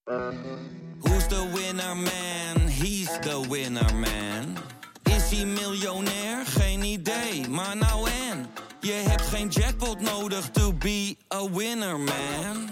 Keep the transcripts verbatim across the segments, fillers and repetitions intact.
Who's the winner man? He's the winner man. Is hij miljonair? Geen idee, maar nou en. Je hebt geen jackpot nodig to be a winner man.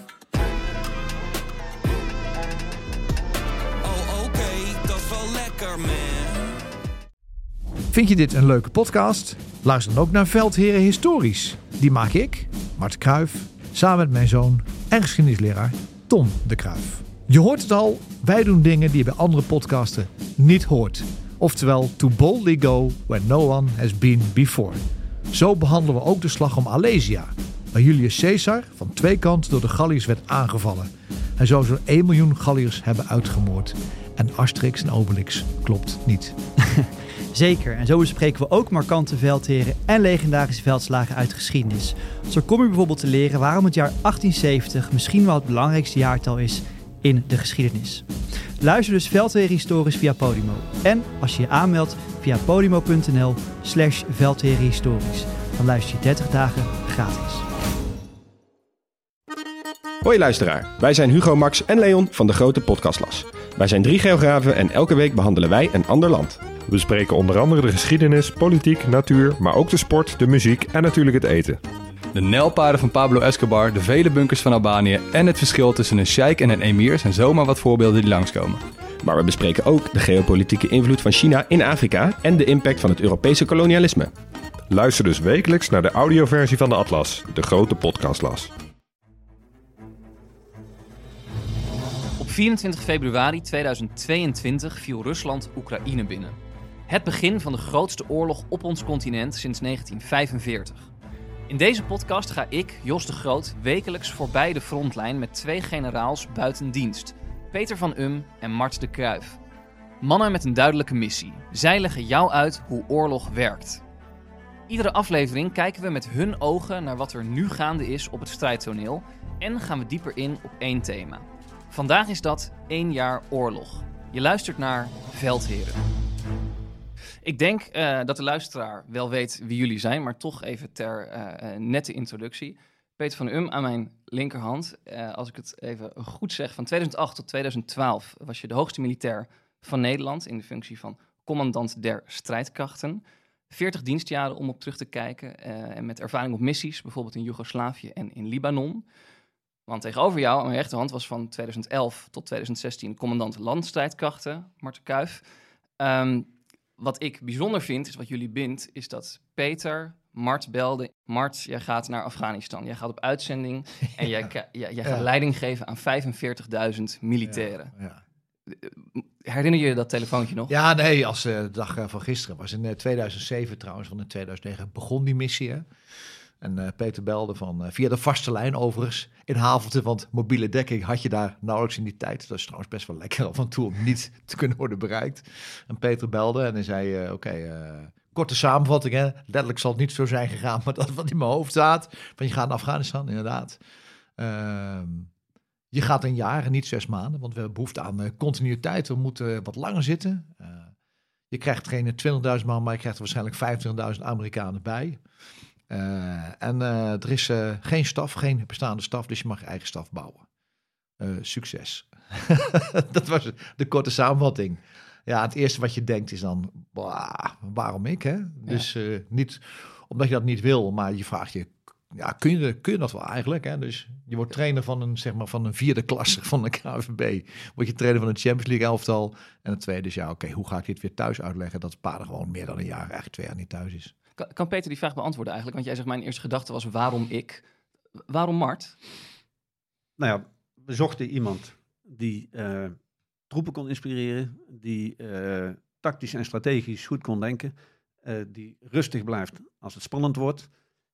Oh oké, okay, dat is wel lekker man. Vind je dit een leuke podcast? Luister dan ook naar Veldheren Historisch. Die maak ik, Mart Kruijf, samen met mijn zoon en geschiedenisleraar Tom de Kruijf. Je hoort het al, wij doen dingen die je bij andere podcasten niet hoort. Oftewel, to boldly go where no one has been before. Zo behandelen we ook de slag om Alesia, waar Julius Caesar van twee kanten door de Galliërs werd aangevallen. Hij zou zo'n één miljoen Galliërs hebben uitgemoord. En Asterix en Obelix klopt niet. Zeker, en zo bespreken we ook markante veldheren en legendarische veldslagen uit de geschiedenis. Zo kom je bijvoorbeeld te leren waarom het jaar achttienzeventig misschien wel het belangrijkste jaartal is in de geschiedenis. Luister dus Veldheren Historisch via Podimo. En als je je aanmeldt via podimo.nl slash Veldheren Historisch. Dan luister je dertig dagen gratis. Hoi luisteraar, wij zijn Hugo, Max en Leon van de Grote Podcastlas. Wij zijn drie geografen en elke week behandelen wij een ander land. We bespreken onder andere de geschiedenis, politiek, natuur, maar ook de sport, de muziek en natuurlijk het eten. De nijlpaarden van Pablo Escobar, de vele bunkers van Albanië en het verschil tussen een sheik en een emir zijn zomaar wat voorbeelden die langskomen. Maar we bespreken ook de geopolitieke invloed van China in Afrika en de impact van het Europese kolonialisme. Luister dus wekelijks naar de audioversie van de Atlas, de Grote Podcastlas. Op vierentwintig februari tweeduizend tweeëntwintig viel Rusland Oekraïne binnen. Het begin van de grootste oorlog op ons continent sinds negentien vijfenveertig. In deze podcast ga ik, Jos de Groot, wekelijks voorbij de frontlijn met twee generaals buiten dienst. Peter van Um en Mart de Kruijf. Mannen met een duidelijke missie. Zij leggen jou uit hoe oorlog werkt. Iedere aflevering kijken we met hun ogen naar wat er nu gaande is op het strijdtoneel en gaan we dieper in op één thema. Vandaag is dat één jaar oorlog. Je luistert naar Veldheren. Ik denk uh, dat de luisteraar wel weet wie jullie zijn, maar toch even ter uh, nette introductie. Peter van Um aan mijn linkerhand. Uh, als ik het even goed zeg, van tweeduizend acht tot tweeduizend twaalf was je de hoogste militair van Nederland in de functie van commandant der strijdkrachten. veertig dienstjaren om op terug te kijken uh, en met ervaring op missies, bijvoorbeeld in Joegoslavië en in Libanon. Want tegenover jou, aan mijn rechterhand, was van tweeduizend elf tot tweeduizend zestien commandant landstrijdkrachten, Mart de Kruijf. Um, wat ik bijzonder vind, is wat jullie bindt, is dat Peter Mart belde. Mart, jij gaat naar Afghanistan. Jij gaat op uitzending en jij, ja. jij, jij gaat ja. leiding geven aan vijfenveertigduizend militairen. Ja, ja. Herinner je je dat telefoontje nog? Ja, nee, als uh, de dag uh, van gisteren was in uh, tweeduizend zeven trouwens, van in tweeduizend negen begon die missie, hè? En uh, Peter belde van, uh, via de vaste lijn overigens, in Havelte, want mobiele dekking had je daar nauwelijks in die tijd. Dat is trouwens best wel lekker af en toe om niet te kunnen worden bereikt. En Peter belde en hij zei, uh, oké, okay, uh, korte samenvatting, hè. Letterlijk zal het niet zo zijn gegaan, maar dat wat in mijn hoofd staat, van je gaat naar Afghanistan, inderdaad. Uh, je gaat een jaar en niet zes maanden, want we hebben behoefte aan uh, continuïteit. We moeten wat langer zitten. Uh, je krijgt geen twintigduizend man, maar je krijgt er waarschijnlijk vijfentwintigduizend Amerikanen bij. Uh, en uh, er is uh, geen staf, geen bestaande staf, dus je mag je eigen staf bouwen. Uh, succes. Dat was de korte samenvatting. Ja, het eerste wat je denkt is dan, bah, waarom ik? Hè? Dus uh, niet omdat je dat niet wil, maar je vraagt je, ja, kun je, kun je dat wel eigenlijk? Hè? Dus je wordt trainer van een, zeg maar, van een vierde klasse van de K N V B. Word je trainer van een Champions League elftal. En het tweede is, ja, oké, okay, hoe ga ik dit weer thuis uitleggen? Dat Paarden gewoon meer dan een jaar, eigenlijk twee jaar niet thuis is. Kan, kan Peter die vraag beantwoorden eigenlijk? Want jij zegt, mijn eerste gedachte was, waarom ik? Waarom Mart? Nou ja, we zochten iemand die uh, troepen kon inspireren, die uh, tactisch en strategisch goed kon denken, uh, die rustig blijft als het spannend wordt.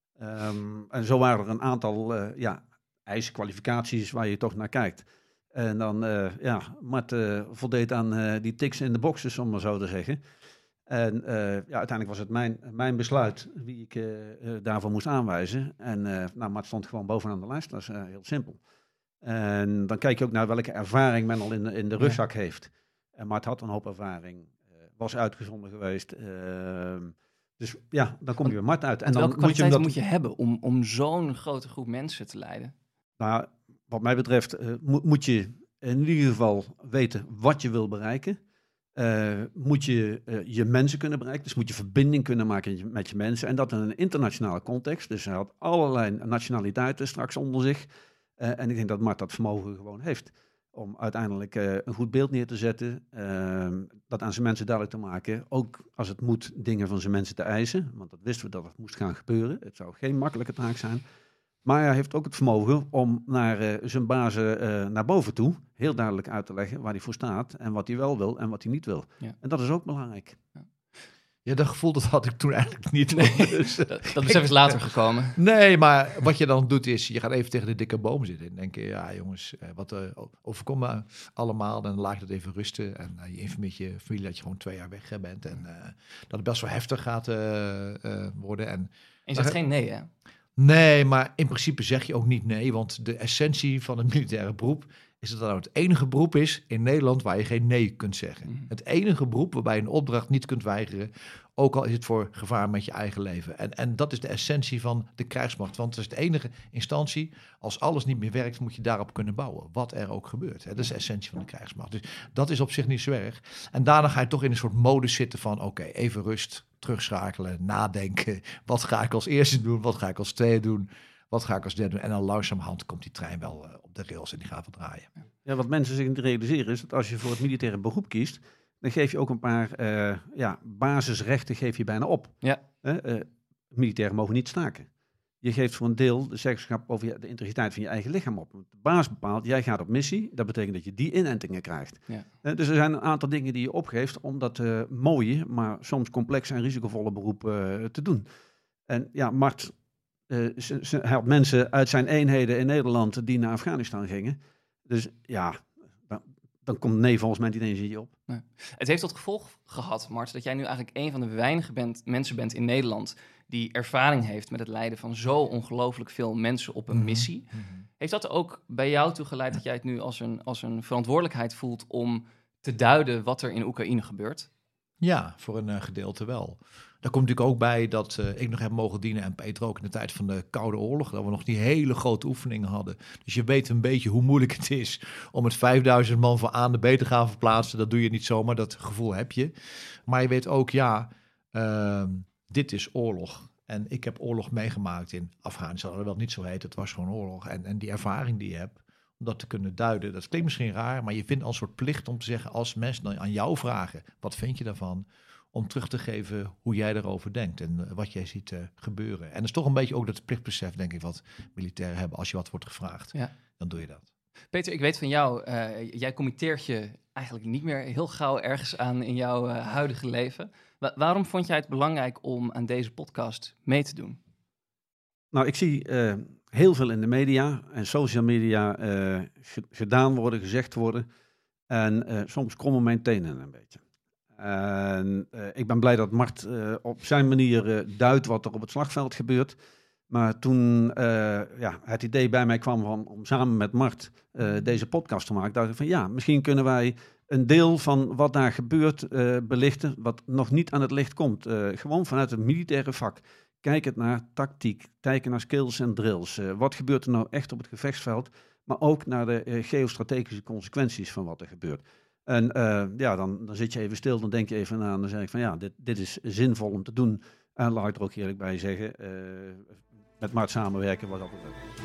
Um, en zo waren er een aantal uh, ja, eisen, kwalificaties waar je toch naar kijkt. En dan, uh, ja, Mart uh, voldeed aan uh, die tics in de boxes, om maar zo te zeggen. En uh, ja, uiteindelijk was het mijn, mijn besluit wie ik uh, uh, daarvoor moest aanwijzen. En uh, nou, Mart stond gewoon bovenaan de lijst, dat is uh, heel simpel. En dan kijk je ook naar welke ervaring men al in de, in de rugzak ja. heeft. En Mart had een hoop ervaring, uh, was uitgezonden geweest. Uh, dus ja, dan kom je bij Mart uit. En dan welke moet je, dat... moet je hebben om, om zo'n grote groep mensen te leiden? Nou, wat mij betreft uh, moet, moet je in ieder geval weten wat je wil bereiken. Uh, moet je uh, je mensen kunnen bereiken. Dus moet je verbinding kunnen maken met je mensen. En dat in een internationale context. Dus hij had allerlei nationaliteiten straks onder zich. Uh, en ik denk dat Mart dat vermogen gewoon heeft. Om uiteindelijk uh, een goed beeld neer te zetten. Uh, dat aan zijn mensen duidelijk te maken. Ook als het moet dingen van zijn mensen te eisen. Want dat wisten we dat het moest gaan gebeuren. Het zou geen makkelijke taak zijn. Maar hij heeft ook het vermogen om naar uh, zijn bazen uh, naar boven toe heel duidelijk uit te leggen waar hij voor staat en wat hij wel wil en wat hij niet wil. Ja. En dat is ook belangrijk. Ja. Ja, dat gevoel dat had ik toen eigenlijk niet. Nee, dus, dat, dat besef is later gekomen. Nee, maar wat je dan doet is, je gaat even tegen de dikke boom zitten en denk je, ja jongens, wat uh, overkomt me allemaal, dan laat je dat even rusten en uh, je informeert je familie dat je gewoon twee jaar weg bent en uh, dat het best wel heftig gaat uh, uh, worden. En, en je zegt geen nee, hè? Nee, maar in principe zeg je ook niet nee, want de essentie van het militaire beroep is dat het nou het enige beroep is in Nederland waar je geen nee kunt zeggen. Mm. Het enige beroep waarbij je een opdracht niet kunt weigeren, ook al is het voor gevaar met je eigen leven. En, en dat is de essentie van de krijgsmacht, want het is de enige instantie, als alles niet meer werkt, moet je daarop kunnen bouwen, wat er ook gebeurt. Hè. Dat is de essentie van de krijgsmacht. Dus dat is op zich niet zo erg. En daarna ga je toch in een soort modus zitten van, oké, okay, even rust, terugschakelen, nadenken. Wat ga ik als eerste doen? Wat ga ik als tweede doen? Wat ga ik als derde doen? En dan langzamerhand komt die trein wel uh, op de rails en die gaat wel draaien. Ja, wat mensen zich niet realiseren is dat als je voor het militaire beroep kiest, dan geef je ook een paar uh, ja, basisrechten geef je bijna op. Ja. Uh, uh, militairen mogen niet staken. Je geeft voor een deel de zeggenschap over je, de integriteit van je eigen lichaam op. De baas bepaalt, jij gaat op missie. Dat betekent dat je die inentingen krijgt. Ja. Uh, dus er zijn een aantal dingen die je opgeeft om dat uh, mooie, maar soms complexe en risicovolle beroep uh, te doen. En ja, Mart uh, ze, ze, hij had mensen uit zijn eenheden in Nederland die naar Afghanistan gingen. Dus ja, dan, dan komt nee volgens mij niet eens in je op. Nee. Het heeft tot gevolg gehad, Mart, dat jij nu eigenlijk een van de weinige bent, mensen bent in Nederland die ervaring heeft met het leiden van zo ongelooflijk veel mensen op een mm-hmm. missie. Mm-hmm. Heeft dat ook bij jou toe geleid dat jij het nu als een, als een verantwoordelijkheid voelt om te duiden wat er in Oekraïne gebeurt? Ja, voor een uh, gedeelte wel. Daar komt natuurlijk ook bij dat uh, ik nog heb mogen dienen en Peter ook in de tijd van de Koude Oorlog, dat we nog die hele grote oefeningen hadden. Dus je weet een beetje hoe moeilijk het is om met vijfduizend man van A naar B te gaan verplaatsen. Dat doe je niet zomaar, dat gevoel heb je. Maar je weet ook, ja, uh, dit is oorlog. En ik heb oorlog meegemaakt in Afghanistan. Dat wel niet zo heet, het was gewoon oorlog. En, en die ervaring die je hebt, om dat te kunnen duiden, dat klinkt misschien raar, maar je vindt als soort plicht om te zeggen, als mensen dan aan jou vragen, wat vind je daarvan? Om terug te geven hoe jij erover denkt en uh, wat jij ziet uh, gebeuren. En dat is toch een beetje ook dat plichtbesef, denk ik, wat militairen hebben. Als je wat wordt gevraagd, ja. dan doe je dat. Peter, ik weet van jou, uh, jij committeert je eigenlijk niet meer heel gauw ergens aan in jouw uh, huidige leven. Wa- waarom vond jij het belangrijk om aan deze podcast mee te doen? Nou, ik zie uh, heel veel in de media en social media uh, g- gedaan worden, gezegd worden. En uh, soms krommen mijn tenen een beetje. En uh, ik ben blij dat Mart uh, op zijn manier uh, duidt wat er op het slagveld gebeurt. Maar toen uh, ja, het idee bij mij kwam van, om samen met Mart uh, deze podcast te maken, dacht ik van ja, misschien kunnen wij een deel van wat daar gebeurt uh, belichten, wat nog niet aan het licht komt. Uh, gewoon vanuit het militaire vak. Kijken naar tactiek, kijken naar skills en drills. Uh, wat gebeurt er nou echt op het gevechtsveld? Maar ook naar de uh, geostrategische consequenties van wat er gebeurt. En uh, ja, dan, dan zit je even stil, dan denk je even na en dan zeg ik van ja, dit, dit is zinvol om te doen. En laat ik er ook eerlijk bij zeggen, uh, met Mart samenwerken was altijd leuk.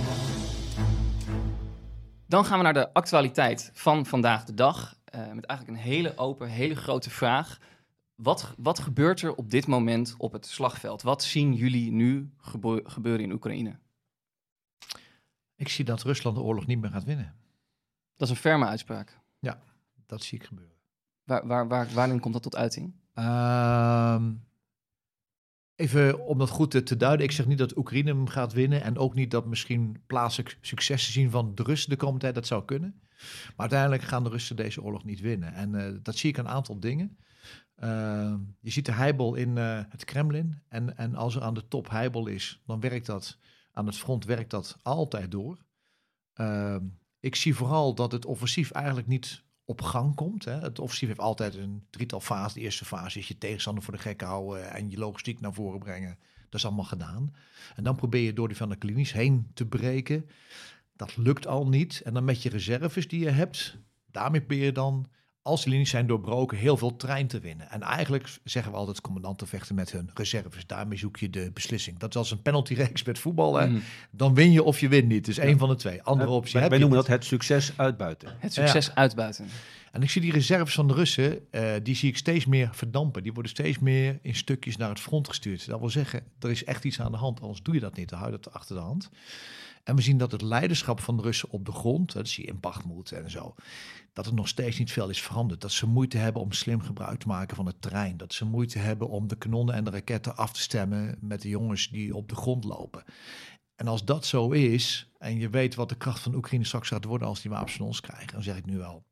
Dan gaan we naar de actualiteit van vandaag de dag. Uh, met eigenlijk een hele open, hele grote vraag. Wat, wat gebeurt er op dit moment op het slagveld? Wat zien jullie nu gebe- gebeuren in Oekraïne? Ik zie dat Rusland de oorlog niet meer gaat winnen. Dat is een ferme uitspraak. Ja, dat zie ik gebeuren. Waar, waar, waar, waarin komt dat tot uiting? Uh, even om dat goed te, te duiden. Ik zeg niet dat Oekraïne hem gaat winnen. En ook niet dat misschien plaatselijk successen zien van de Russen de komende tijd. Dat zou kunnen. Maar uiteindelijk gaan de Russen deze oorlog niet winnen. En uh, dat zie ik aan een aantal dingen. Uh, je ziet de heibel in uh, het Kremlin. En, en als er aan de top heibel is, dan werkt dat aan het front werkt dat altijd door. Uh, ik zie vooral dat het offensief eigenlijk niet op gang komt. Hè. Het offensief heeft altijd een drietal fases. De eerste fase is je tegenstander voor de gek houden en je logistiek naar voren brengen. Dat is allemaal gedaan. En dan probeer je door die van de klinies heen te breken. Dat lukt al niet. En dan met je reserves die je hebt, daarmee probeer je dan, als de linies zijn doorbroken, heel veel trein te winnen. En eigenlijk zeggen we altijd, commandanten vechten met hun reserves. Daarmee zoek je de beslissing. Dat is als een penaltyreeks met voetbal. Hè? Mm. Dan win je of je wint niet. Dus ja. één van de twee. Andere optie wij, heb wij je noemen niet. dat het succes uitbuiten. Het succes ja. uitbuiten. En ik zie die reserves van de Russen, uh, die zie ik steeds meer verdampen. Die worden steeds meer in stukjes naar het front gestuurd. Dat wil zeggen, er is echt iets aan de hand. Anders doe je dat niet. Dan hou je dat achter de hand. En we zien dat het leiderschap van de Russen op de grond, dat zie je in Bakhmut en zo, dat er nog steeds niet veel is veranderd. Dat ze moeite hebben om slim gebruik te maken van het terrein. Dat ze moeite hebben om de kanonnen en de raketten af te stemmen met de jongens die op de grond lopen. En als dat zo is, en je weet wat de kracht van Oekraïne straks gaat worden als die wapens van ons krijgen, dan zeg ik nu wel,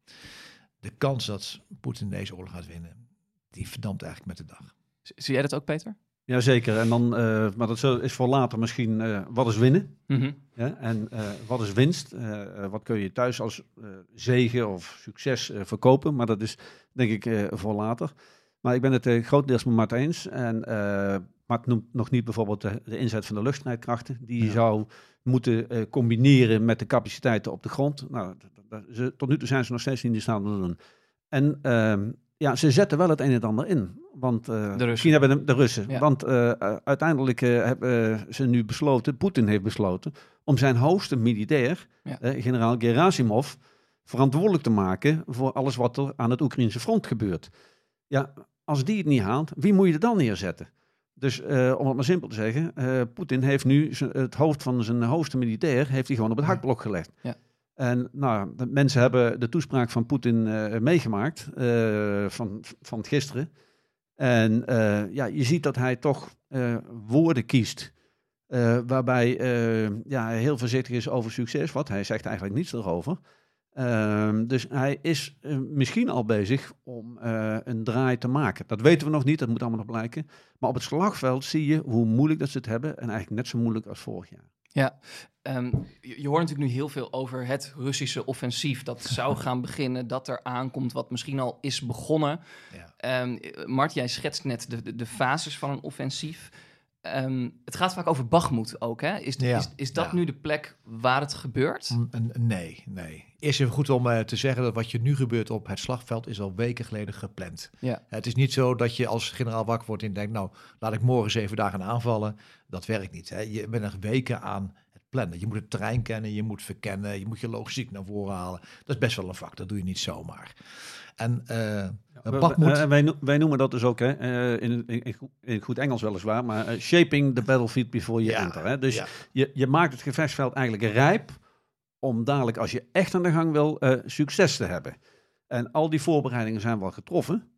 de kans dat Poetin deze oorlog gaat winnen, die verdampt eigenlijk met de dag. Zie jij dat ook, Peter? Jazeker, en dan, uh, maar dat is voor later misschien, uh, wat is winnen? Mm-hmm. Ja, en uh, wat is winst? Uh, wat kun je thuis als uh, zegen of succes uh, verkopen? Maar dat is denk ik uh, voor later. Maar ik ben het uh, grotendeels met Mart eens. En uh, Mart noemt nog niet bijvoorbeeld de, de inzet van de luchtstrijdkrachten. Die ja. zou moeten uh, combineren met de capaciteiten op de grond. Nou, d- d- ze, tot nu toe zijn ze nog steeds niet in staat te doen. En uh, ja, ze zetten wel het een en het ander in. Want uh, de misschien hebben de, de Russen. Ja. Want uh, uiteindelijk uh, hebben ze nu besloten, Poetin heeft besloten, om zijn hoogste militair, ja. uh, generaal Gerasimov, verantwoordelijk te maken voor alles wat er aan het Oekraïnse front gebeurt. Ja, als die het niet haalt, wie moet je er dan neerzetten? Dus uh, om het maar simpel te zeggen, uh, Poetin heeft nu z- het hoofd van zijn hoogste militair heeft hij gewoon op het hakblok gelegd. Ja. En nou, de mensen hebben de toespraak van Poetin uh, meegemaakt, uh, van, van gisteren. En uh, ja, je ziet dat hij toch uh, woorden kiest, uh, waarbij uh, ja, hij heel voorzichtig is over succes, wat hij zegt eigenlijk niets erover. Uh, dus hij is uh, misschien al bezig om uh, een draai te maken. Dat weten we nog niet, dat moet allemaal nog blijken. Maar op het slagveld zie je hoe moeilijk dat ze het hebben en eigenlijk net zo moeilijk als vorig jaar. Ja, um, je, je hoort natuurlijk nu heel veel over het Russische offensief. Dat zou gaan beginnen, dat er aankomt, wat misschien al is begonnen. Ja. Um, Mart, jij schetst net de, de, de fases van een offensief. Um, het gaat vaak over Bakhmut ook, hè? Is, ja. is, is dat ja. nu de plek waar het gebeurt? Nee, nee. Eerst even goed om uh, te zeggen dat wat je nu gebeurt op het slagveld is al weken geleden gepland. Ja. Het is niet zo dat je als generaal wakker wordt en denkt, nou, laat ik morgen zeven dagen aanvallen. Dat werkt niet. Hè. Je bent er weken aan het plannen. Je moet het terrein kennen, je moet verkennen, je moet je logistiek naar voren halen. Dat is best wel een vak, dat doe je niet zomaar. En uh, Bakhmut... Uh, wij, wij noemen dat dus ook, hè, uh, in, in, in goed Engels weliswaar, maar uh, shaping the battlefield before you ja, enter. Hè. Dus ja. je, je maakt het gevechtsveld eigenlijk rijp om dadelijk, als je echt aan de gang wil, uh, succes te hebben. En al die voorbereidingen zijn wel getroffen,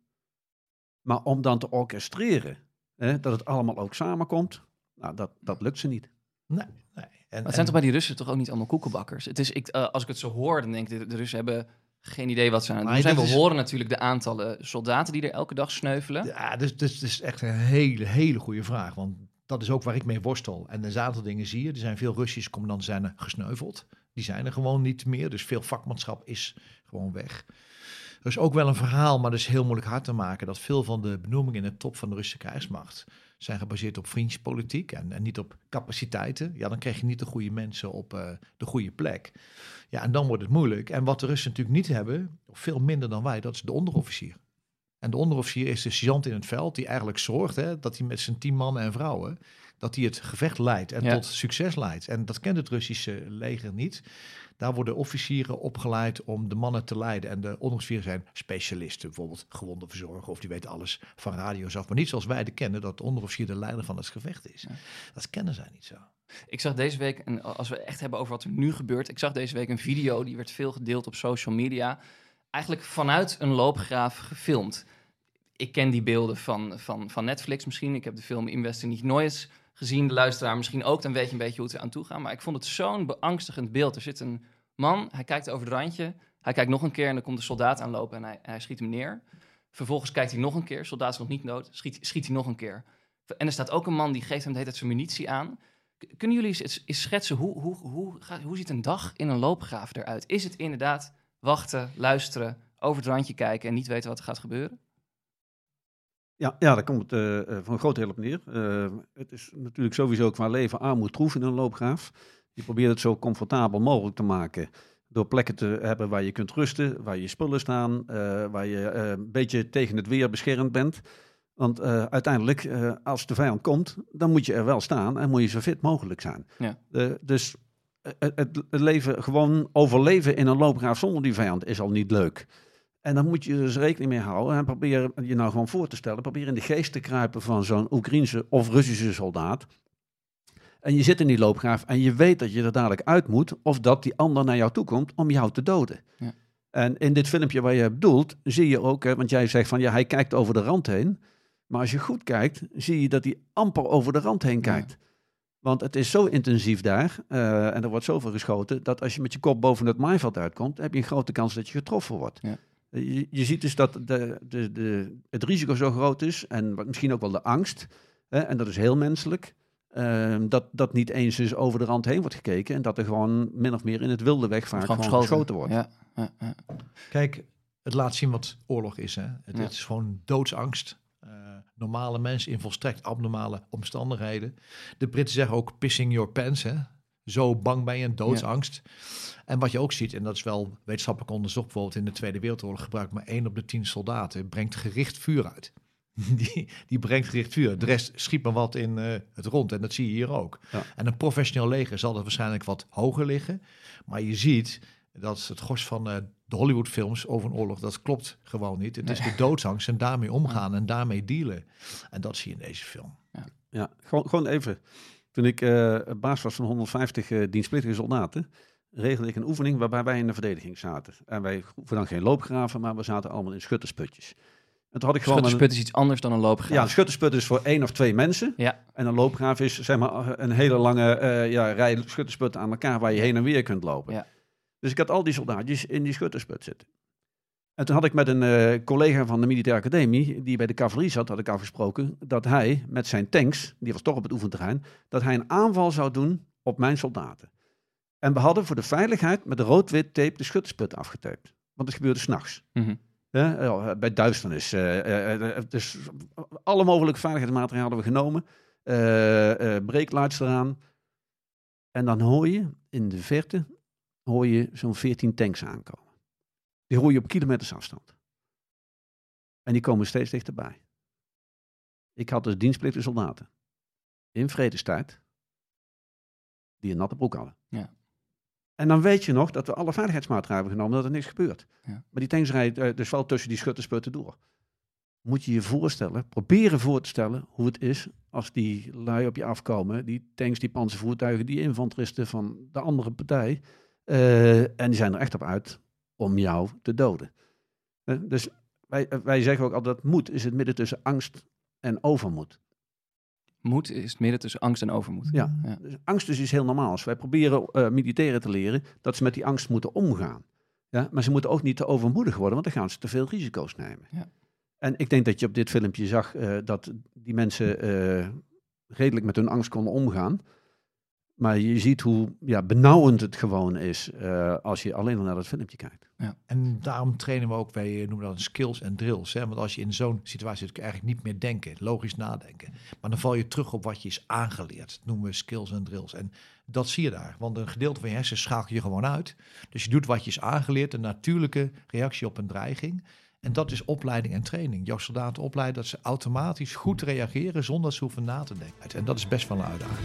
maar om dan te orchestreren, hè, dat het allemaal ook samenkomt, nou, dat, dat lukt ze niet. Nee, nee. En, maar het zijn en... toch bij die Russen toch ook niet allemaal koekenbakkers? Het is, ik, uh, als ik het zo hoor, dan denk ik, de, de Russen hebben geen idee wat ze aan het doen zijn. We is... horen natuurlijk de aantallen soldaten die er elke dag sneuvelen. Ja, dus, dus, dus echt een hele, hele goede vraag. Want dat is ook waar ik mee worstel. En een aantal dingen zie je. Er zijn veel Russische commandanten zijn er gesneuveld. Die zijn er gewoon niet meer. Dus veel vakmanschap is gewoon weg. Er is ook wel een verhaal, maar dat is heel moeilijk hard te maken, dat veel van de benoemingen in de top van de Russische krijgsmacht zijn gebaseerd op vriendjespolitiek en, en niet op capaciteiten. Ja, dan krijg je niet de goede mensen op uh, de goede plek. Ja, en dan wordt het moeilijk. En wat de Russen natuurlijk niet hebben, of veel minder dan wij, dat is de onderofficier. En de onderofficier is de sergeant in het veld die eigenlijk zorgt hè, dat hij met zijn tien mannen en vrouwen, dat hij het gevecht leidt en ja. tot succes leidt. En dat kent het Russische leger niet. Daar worden officieren opgeleid om de mannen te leiden. En de onderofficieren zijn specialisten, bijvoorbeeld gewonden verzorgen, of die weten alles van radio's af. Maar niet zoals wij de kennen, dat de onderofficier de leider van het gevecht is. Ja. Dat kennen zij niet zo. Ik zag deze week, en als we echt hebben over wat er nu gebeurt, ik zag deze week een video, die werd veel gedeeld op social media, eigenlijk vanuit een loopgraaf gefilmd. Ik ken die beelden van, van, van Netflix misschien. Ik heb de film Investing Niet Noise gezien, de luisteraar misschien ook. Dan weet je een beetje hoe het er aan toe gaat. Maar ik vond het zo'n beangstigend beeld. Er zit een man, hij kijkt over het randje. Hij kijkt nog een keer en dan komt de soldaat aanlopen en hij, hij schiet hem neer. Vervolgens kijkt hij nog een keer, soldaat is nog niet dood, schiet, schiet hij nog een keer. En er staat ook een man die geeft hem de hele tijd zijn munitie aan. Kunnen jullie eens, eens schetsen, hoe, hoe, hoe, gaat, hoe ziet een dag in een loopgraaf eruit? Is het inderdaad wachten, luisteren, over het randje kijken en niet weten wat er gaat gebeuren? Ja, ja, daar komt het uh, van een groot deel op neer. Uh, het is natuurlijk sowieso qua leven armoed troef in een loopgraaf. Je probeert het zo comfortabel mogelijk te maken. Door plekken te hebben waar je kunt rusten, waar je spullen staan, uh, waar je uh, een beetje tegen het weer beschermd bent. Want uh, uiteindelijk, uh, als de vijand komt, dan moet je er wel staan en moet je zo fit mogelijk zijn. Ja. Uh, dus uh, het, het leven, gewoon overleven in een loopgraaf zonder die vijand is al niet leuk. En dan moet je dus rekening mee houden en probeer je nou gewoon voor te stellen. Probeer in de geest te kruipen van zo'n Oekraïense of Russische soldaat. En je zit in die loopgraaf en je weet dat je er dadelijk uit moet, of dat die ander naar jou toe komt om jou te doden. Ja. En in dit filmpje waar je bedoelt, zie je ook, hè, want jij zegt van ja, hij kijkt over de rand heen. Maar als je goed kijkt, zie je dat hij amper over de rand heen kijkt. Ja. Want het is zo intensief daar, uh, en er wordt zoveel geschoten, dat als je met je kop boven het maaiveld uitkomt, heb je een grote kans dat je getroffen wordt. Ja. Je, je ziet dus dat de, de, de, het risico zo groot is, en misschien ook wel de angst, hè, en dat is heel menselijk. Uh, dat, dat niet eens eens over de rand heen wordt gekeken en dat er gewoon min of meer in het wilde weg vaak gewoon, gewoon geschoten wordt. Ja, ja, ja. Kijk, het laat zien wat oorlog is. Hè? Het, ja. het is gewoon doodsangst. Uh, normale mensen in volstrekt abnormale omstandigheden. De Britten zeggen ook pissing your pants. Hè? Zo bang ben je, doodsangst. Ja. En wat je ook ziet, en dat is wel wetenschappelijk onderzocht, bijvoorbeeld in de Tweede Wereldoorlog gebruikt maar één op de tien soldaten brengt gericht vuur uit. Die, die brengt gericht vuur. De rest schiet maar wat in uh, het rond. En dat zie je hier ook. Ja. En een professioneel leger zal dat waarschijnlijk wat hoger liggen. Maar je ziet dat het gros van uh, de Hollywoodfilms over een oorlog, dat klopt gewoon niet. Het nee. is de doodsangst en daarmee omgaan ja. en daarmee dealen. En dat zie je in deze film. Ja, ja gewoon, gewoon even. Toen ik uh, baas was van honderdvijftig uh, dienstplichtige soldaten, regelde ik een oefening waarbij wij in de verdediging zaten. En wij hoeven dan geen loopgraven, maar we zaten allemaal in schuttersputjes. Het had ik gewoon schuttersput een... is iets anders dan een loopgraaf. Ja, een schuttersput is voor één of twee mensen. Ja. En een loopgraaf is zeg maar een hele lange uh, ja, rij schuttersputten aan elkaar waar je heen en weer kunt lopen. Ja. Dus ik had al die soldaatjes in die schuttersput zitten. En toen had ik met een uh, collega van de militaire academie, die bij de cavalerie zat, had ik afgesproken dat hij met zijn tanks, die was toch op het oefenterrein, dat hij een aanval zou doen op mijn soldaten. En we hadden voor de veiligheid met rood-wit tape de schuttersput afgetaped. Want het gebeurde 's nachts. Mm-hmm. Uh, bij duisternis. Uh, uh, uh, dus alle mogelijke veiligheidsmaatregelen hadden we genomen. Uh, uh, breeklights eraan. En dan hoor je in de verte hoor je zo'n veertien tanks aankomen. Die hoor je op kilometers afstand. En die komen steeds dichterbij. Ik had dus dienstplichtige soldaten in vredestijd die een natte broek hadden. Ja. En dan weet je nog dat we alle veiligheidsmaatregelen hebben genomen, dat er niks gebeurt. Ja. Maar die tanks rijden uh, dus wel tussen die schuttersputten door. Moet je je voorstellen, proberen voor te stellen hoe het is als die lui op je afkomen. Die tanks, die panzervoertuigen, die infanteristen van de andere partij. Uh, en die zijn er echt op uit om jou te doden. Uh, dus wij, uh, wij zeggen ook altijd, moed is het midden tussen angst en overmoed. Moed is het midden tussen angst en overmoed. Ja, ja. Dus angst is iets heel normaals. Wij proberen uh, militairen te leren dat ze met die angst moeten omgaan. Ja? Maar ze moeten ook niet te overmoedig worden, want dan gaan ze te veel risico's nemen. Ja. En ik denk dat je op dit filmpje zag uh, dat die mensen uh, redelijk met hun angst konden omgaan. Maar je ziet hoe ja, benauwend het gewoon is uh, als je alleen al naar dat filmpje kijkt. Ja. En daarom trainen we ook, wij noemen dat skills en drills. Hè? Want als je in zo'n situatie zit, kun je eigenlijk niet meer denken, logisch nadenken. Maar dan val je terug op wat je is aangeleerd. Dat noemen we skills en drills. En dat zie je daar. Want een gedeelte van je hersens schakel je gewoon uit. Dus je doet wat je is aangeleerd, een natuurlijke reactie op een dreiging. En dat is opleiding en training. Jouw soldaten opleiden dat ze automatisch goed reageren zonder dat ze hoeven na te denken. En dat is best wel een uitdaging.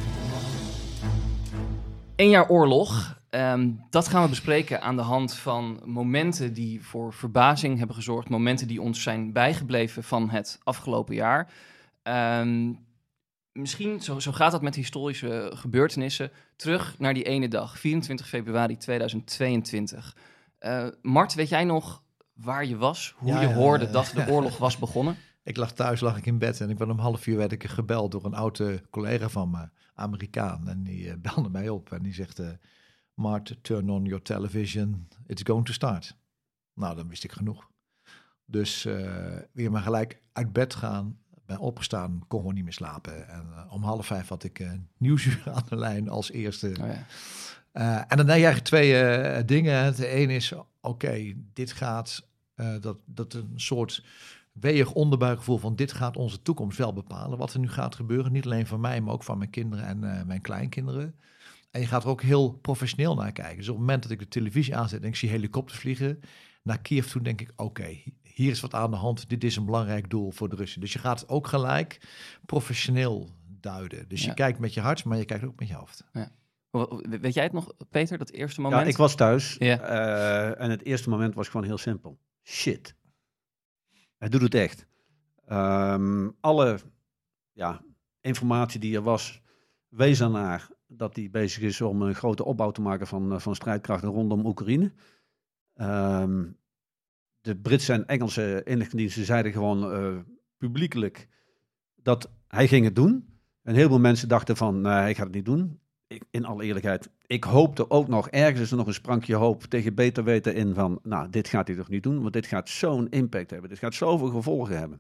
Een jaar oorlog, um, dat gaan we bespreken aan de hand van momenten die voor verbazing hebben gezorgd. Momenten die ons zijn bijgebleven van het afgelopen jaar. Um, misschien, zo, zo gaat dat met historische gebeurtenissen, terug naar die ene dag, vierentwintig februari tweeduizend tweeëntwintig. Uh, Mart, weet jij nog waar je was? Hoe ja, je hoorde ja, dat de oorlog was begonnen? Ik lag thuis, lag ik in bed en ik ben om half uur werd ik gebeld door een oude collega van me, Amerikaan. En die uh, belde mij op en die zegt, uh, Mart, turn on your television, it's going to start. Nou, dan wist ik genoeg. Dus uh, weer maar gelijk uit bed gaan, ben opgestaan, kon gewoon niet meer slapen. En uh, om half vijf had ik uh, Nieuwsuur aan de lijn als eerste. Oh ja. uh, en dan denk je eigenlijk twee uh, dingen. Het ene is, oké, okay, dit gaat, uh, dat, dat een soort weeg onderbuikgevoel van dit gaat onze toekomst wel bepalen. Wat er nu gaat gebeuren, niet alleen van mij, maar ook van mijn kinderen en uh, mijn kleinkinderen. En je gaat er ook heel professioneel naar kijken. Dus op het moment dat ik de televisie aanzet en ik zie helikopters vliegen naar Kiev toe, denk ik, oké, okay, hier is wat aan de hand. Dit is een belangrijk doel voor de Russen. Dus je gaat het ook gelijk professioneel duiden. Dus Ja. je kijkt met je hart, maar je kijkt ook met je hoofd. Ja. Weet jij het nog, Peter, dat eerste moment? Ja, ik was thuis Ja. uh, en het eerste moment was gewoon heel simpel. Shit. Hij doet het echt. Um, alle ja, informatie die er was, wees ernaar dat hij bezig is om een grote opbouw te maken van, van strijdkrachten rondom Oekraïne. Um, de Britse en Engelse inlichtingendiensten zeiden gewoon uh, publiekelijk dat hij ging het doen. En heel veel mensen dachten van, nee, hij gaat het niet doen. Ik, in alle eerlijkheid, ik hoopte ook nog, ergens is er nog een sprankje hoop tegen beter weten in van, nou, dit gaat hij toch niet doen, want dit gaat zo'n impact hebben. Dit gaat zoveel gevolgen hebben.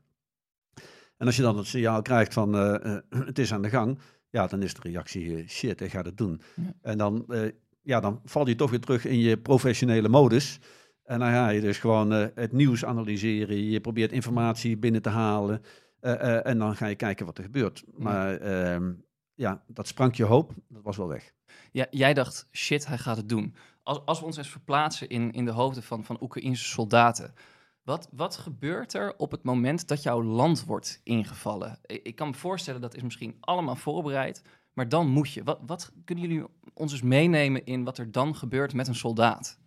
En als je dan het signaal krijgt van, uh, uh, het is aan de gang, ja, dan is de reactie, uh, shit, hij gaat het doen. Ja. En dan, uh, ja, dan val je toch weer terug in je professionele modus. En dan ga je dus gewoon uh, het nieuws analyseren, je probeert informatie binnen te halen, uh, uh, en dan ga je kijken wat er gebeurt. Ja. Maar uh, ja, dat sprankje hoop, dat was wel weg. Ja, jij dacht, shit, hij gaat het doen. Als, als we ons eens verplaatsen in, in de hoofden van, van Oekraïnse soldaten, Wat, wat gebeurt er op het moment dat jouw land wordt ingevallen? Ik, ik kan me voorstellen, dat is misschien allemaal voorbereid, maar dan moet je. Wat, wat kunnen jullie ons eens meenemen in wat er dan gebeurt met een soldaat?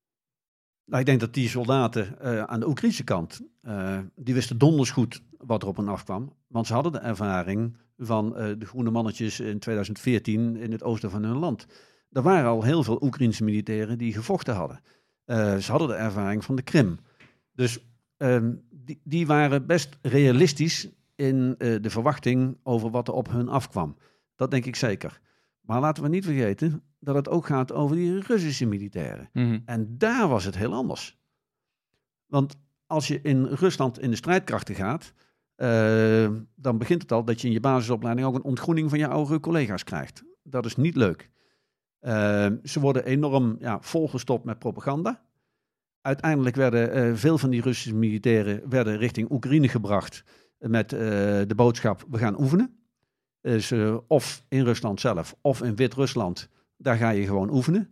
Nou, ik denk dat die soldaten uh, aan de Oekraïnse kant, uh, die wisten donders goed wat er op hen afkwam. Want ze hadden de ervaring van uh, de groene mannetjes in tweeduizend veertien in het oosten van hun land. Er waren al heel veel Oekraïnse militairen die gevochten hadden. Uh, ze hadden de ervaring van de Krim. Dus um, die, die waren best realistisch in uh, de verwachting over wat er op hun afkwam. Dat denk ik zeker. Maar laten we niet vergeten dat het ook gaat over die Russische militairen. Mm-hmm. En daar was het heel anders. Want als je in Rusland in de strijdkrachten gaat, uh, dan begint het al dat je in je basisopleiding ook een ontgroening van je oudere collega's krijgt. Dat is niet leuk. Uh, ze worden enorm ja, volgestopt met propaganda. Uiteindelijk werden uh, veel van die Russische militairen werden richting Oekraïne gebracht met uh, de boodschap, we gaan oefenen. Dus uh, of in Rusland zelf of in Wit-Rusland, daar ga je gewoon oefenen.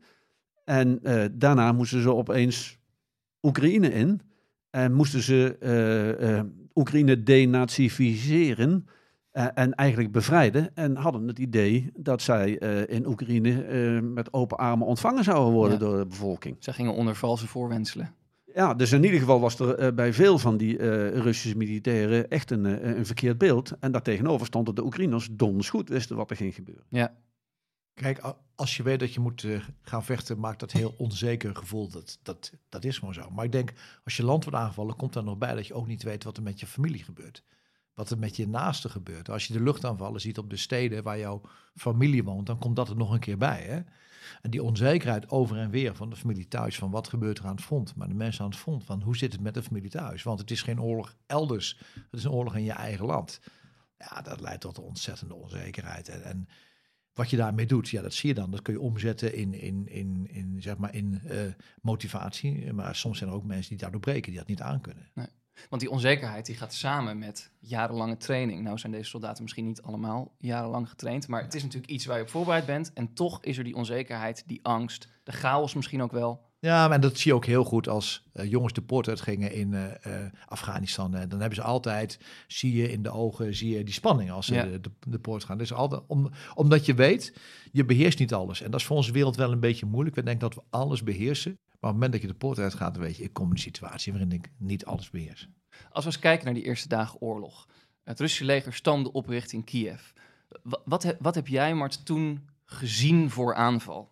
En uh, daarna moesten ze opeens Oekraïne in en moesten ze uh, uh, Oekraïne denazificeren uh, en eigenlijk bevrijden. En hadden het idee dat zij uh, in Oekraïne uh, met open armen ontvangen zouden worden ja. door de bevolking. Zij gingen onder valse voorwendselen. Ja, dus in ieder geval was er uh, bij veel van die uh, Russische militairen echt een, uh, een verkeerd beeld. En daartegenover stond dat de Oekraïners donders goed wisten wat er ging gebeuren. Ja. Kijk, als je weet dat je moet uh, gaan vechten, maakt dat heel onzeker gevoel. Dat, dat, dat is gewoon zo. Maar ik denk, als je land wordt aangevallen, komt er nog bij dat je ook niet weet wat er met je familie gebeurt. Wat er met je naasten gebeurt. Als je de luchtaanvallen ziet op de steden waar jouw familie woont, dan komt dat er nog een keer bij. Hè? En die onzekerheid over en weer van de familie thuis, van wat gebeurt er aan het front. Maar de mensen aan het front, van hoe zit het met de familie thuis? Want het is geen oorlog elders, het is een oorlog in je eigen land. Ja, dat leidt tot een ontzettende onzekerheid. En, en wat je daarmee doet, ja, dat zie je dan. Dat kun je omzetten in, in, in, in, zeg maar in uh, motivatie. Maar soms zijn er ook mensen die daardoor breken, die dat niet aankunnen. Nee. Want die onzekerheid die gaat samen met jarenlange training. Nou zijn deze soldaten misschien niet allemaal jarenlang getraind, maar het is natuurlijk iets waar je op voorbereid bent. En toch is er die onzekerheid, die angst, de chaos misschien ook wel. Ja, en dat zie je ook heel goed als uh, jongens de poort uitgingen in uh, uh, Afghanistan. Uh, dan hebben ze altijd, zie je in de ogen, zie je die spanning als ze ja. de, de, de poort gaan. Dus altijd, om, omdat je weet, je beheerst niet alles. En dat is voor onze wereld wel een beetje moeilijk. We denken dat we alles beheersen. Maar op het moment dat je de poort uitgaat, dan weet je, ik kom in een situatie waarin ik niet alles beheers. Als we eens kijken naar die eerste dagen oorlog. Het Russische leger stoomde op richting Kiev. Wat, wat, he, wat heb jij, Mart, toen gezien voor aanval?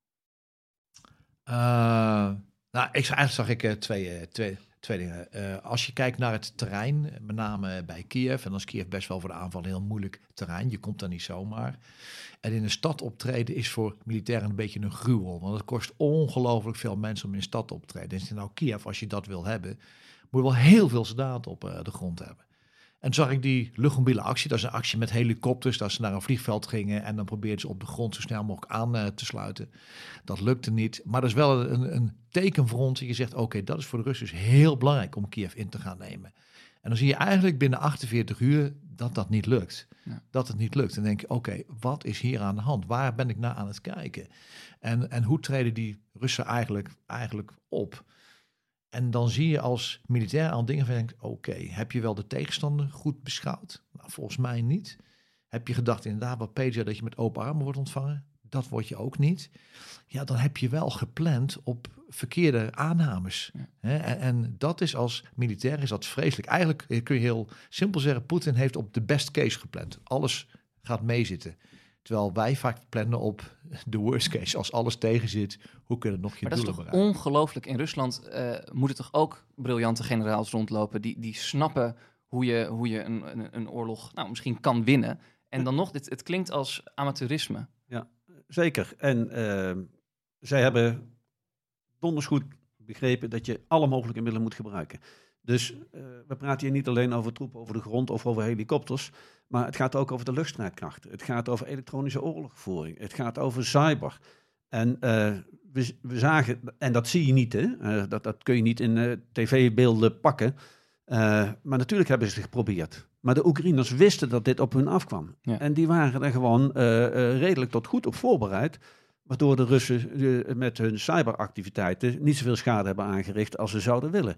Uh, nou, ik, eigenlijk zag ik uh, twee, uh, twee, twee dingen. Uh, als je kijkt naar het terrein, met name bij Kiev, en dan is Kiev best wel voor de aanval een heel moeilijk terrein. Je komt daar niet zomaar. En in een stad optreden is voor militairen een beetje een gruwel. Want het kost ongelooflijk veel mensen om in een stad op te treden. En nou Kiev, als je dat wil hebben, moet je wel heel veel soldaten op uh, de grond hebben. En zag ik die luchtmobiele actie. Dat is een actie met helikopters. Dat ze naar een vliegveld gingen en dan probeerden ze op de grond zo snel mogelijk aan uh, te sluiten. Dat lukte niet. Maar dat is wel een, een teken voor ons. Dat je zegt, oké, okay, dat is voor de Russen heel belangrijk om Kiev in te gaan nemen. En dan zie je eigenlijk binnen achtenveertig uur dat dat niet lukt. Ja. Dat het niet lukt. En dan denk je, oké, okay, wat is hier aan de hand? Waar ben ik naar aan het kijken? En, en hoe treden die Russen eigenlijk, eigenlijk op? En dan zie je als militair al dingen van, oké, okay, heb je wel de tegenstander goed beschouwd? Nou, volgens mij niet. Heb je gedacht inderdaad, wat Peter, dat je met open armen wordt ontvangen? Dat word je ook niet. Ja, dan heb je wel gepland op verkeerde aannames. Ja. Hè? En, en dat is als militair is dat vreselijk. Eigenlijk kun je heel simpel zeggen, Poetin heeft op de best case gepland. Alles gaat meezitten. Terwijl wij vaak plannen op de worst case. Als alles tegen zit, hoe kun je nog je maar doelen dat is toch bereiken? ongelooflijk. In Rusland uh, moeten toch ook briljante generaals rondlopen... die, die snappen hoe je, hoe je een, een, een oorlog nou, misschien kan winnen. En dan nog, dit, het klinkt als amateurisme. Ja, zeker. En uh, zij hebben donders goed begrepen dat je alle mogelijke middelen moet gebruiken. Dus uh, we praten hier niet alleen over troepen over de grond of over helikopters, maar het gaat ook over de luchtstrijdkrachten. Het gaat over elektronische oorlogvoering. Het gaat over cyber. En uh, we, we zagen, en dat zie je niet, hè? Uh, dat, dat kun je niet in uh, tv-beelden pakken. Uh, maar natuurlijk hebben ze het geprobeerd. Maar de Oekraïners wisten dat dit op hun afkwam. Ja. En die waren er gewoon uh, uh, redelijk tot goed op voorbereid. Waardoor de Russen uh, met hun cyberactiviteiten niet zoveel schade hebben aangericht als ze zouden willen.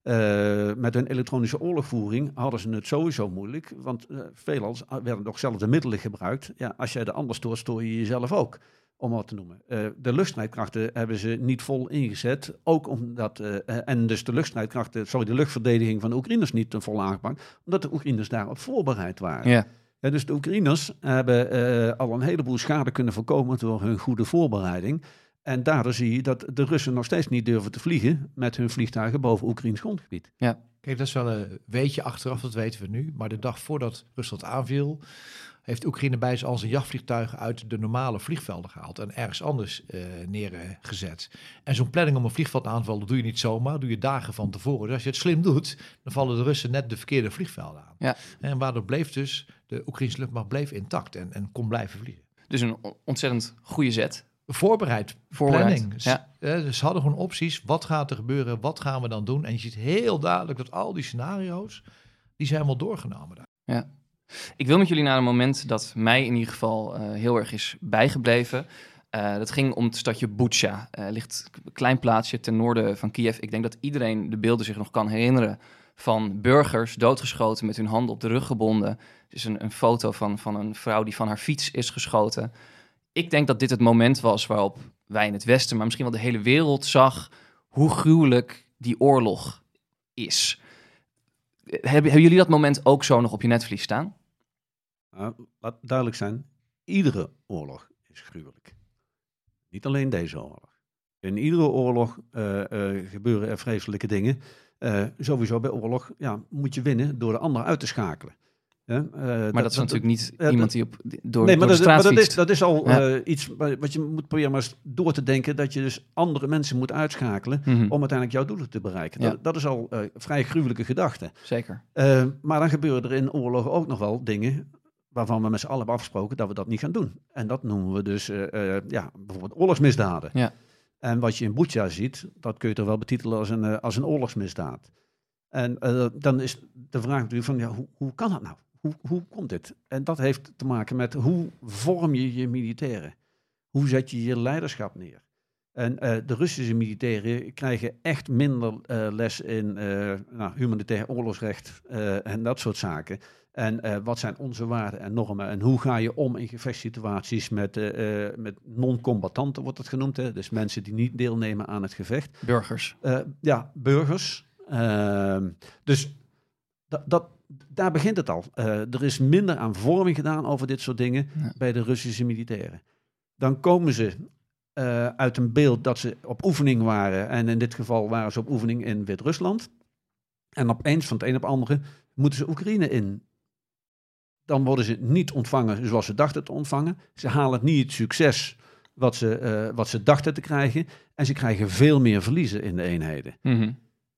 Uh, met hun elektronische oorlogvoering hadden ze het sowieso moeilijk. Want uh, veelal werden nog zelf de middelen gebruikt. Ja, als jij de ander stoort, stoor je jezelf ook. Om wat te noemen. Uh, de luchtstrijdkrachten hebben ze niet vol ingezet. Ook omdat, uh, en dus de luchtstrijdkrachten, sorry, de luchtverdediging van de Oekraïners niet vol aangepakt. Omdat de Oekraïners daarop voorbereid waren. Ja. Ja, dus de Oekraïners hebben uh, al een heleboel schade kunnen voorkomen door hun goede voorbereiding. En daardoor zie je dat de Russen nog steeds niet durven te vliegen met hun vliegtuigen boven Oekraïns grondgebied. Ja. Kijk, dat is wel een weetje achteraf, dat weten we nu. Maar de dag voordat Rusland aanviel, heeft Oekraïne bij zich al zijn jachtvliegtuigen uit de normale vliegvelden gehaald en ergens anders uh, neergezet. En zo'n planning om een vliegveld aan te vallen doe je niet zomaar, doe je dagen van tevoren. Dus als je het slim doet, dan vallen de Russen net de verkeerde vliegvelden aan. Ja. En waardoor bleef dus, de Oekraïnse luchtmacht bleef intact en, en kon blijven vliegen. Dus een ontzettend goede zet. Voorbereid, Voorbereid, planning. ja. Dus ze hadden gewoon opties. Wat gaat er gebeuren? Wat gaan we dan doen? En je ziet heel duidelijk dat al die scenario's, die zijn wel doorgenomen daar. Ja. Ik wil met jullie naar een moment dat mij in ieder geval uh, heel erg is bijgebleven. Uh, dat ging om het stadje Butsja. Uh, ligt een klein plaatsje ten noorden van Kiev. Ik denk dat iedereen de beelden zich nog kan herinneren van burgers doodgeschoten met hun handen op de rug gebonden. Het is een, een foto van, van een vrouw die van haar fiets is geschoten. Ik denk dat dit het moment was waarop wij in het Westen, maar misschien wel de hele wereld zag hoe gruwelijk die oorlog is. Hebben, hebben jullie dat moment ook zo nog op je netvlies staan? Nou, laat duidelijk zijn, iedere oorlog is gruwelijk. Niet alleen deze oorlog. In iedere oorlog uh, uh, gebeuren er vreselijke dingen. Uh, sowieso bij oorlog ja, moet je winnen door de ander uit te schakelen. Ja, uh, maar dat, dat is dat, natuurlijk niet uh, iemand die op, door, nee, door maar de dat, straat maar dat, fietst. is, dat is al ja. uh, iets wat je moet proberen maar eens door te denken, dat je dus andere mensen moet uitschakelen Mm-hmm. om uiteindelijk jouw doelen te bereiken. Ja. Dat, dat is al uh, vrij gruwelijke gedachte. Zeker. Uh, maar dan gebeuren er in oorlogen ook nog wel dingen waarvan we met z'n allen hebben afgesproken dat we dat niet gaan doen. En dat noemen we dus uh, uh, ja, bijvoorbeeld oorlogsmisdaden. Ja. En wat je in Butsja ziet, dat kun je toch wel betitelen als een, uh, als een oorlogsmisdaad. En uh, dan is de vraag natuurlijk van, ja, hoe, hoe kan dat nou? Hoe, hoe komt dit? En dat heeft te maken met hoe vorm je je militairen? Hoe zet je je leiderschap neer? En uh, de Russische militairen krijgen echt minder uh, les in uh, nou, humanitair oorlogsrecht uh, en dat soort zaken. En uh, wat zijn onze waarden en normen? En hoe ga je om in gevechtssituaties met, uh, uh, met non-combattanten, wordt het genoemd. Hè? Dus mensen die niet deelnemen aan het gevecht. Burgers. Uh, ja, burgers. Uh, dus dat, dat, daar begint het al. Uh, er is minder aan vorming gedaan over dit soort dingen Ja. bij de Russische militairen. Dan komen ze uh, uit een beeld dat ze op oefening waren. En in dit geval waren ze op oefening in Wit-Rusland. En opeens, van het een op het andere, moeten ze Oekraïne in. Dan worden ze niet ontvangen zoals ze dachten te ontvangen. Ze halen niet het succes wat ze, uh, wat ze dachten te krijgen. En ze krijgen veel meer verliezen in de eenheden. Mm-hmm.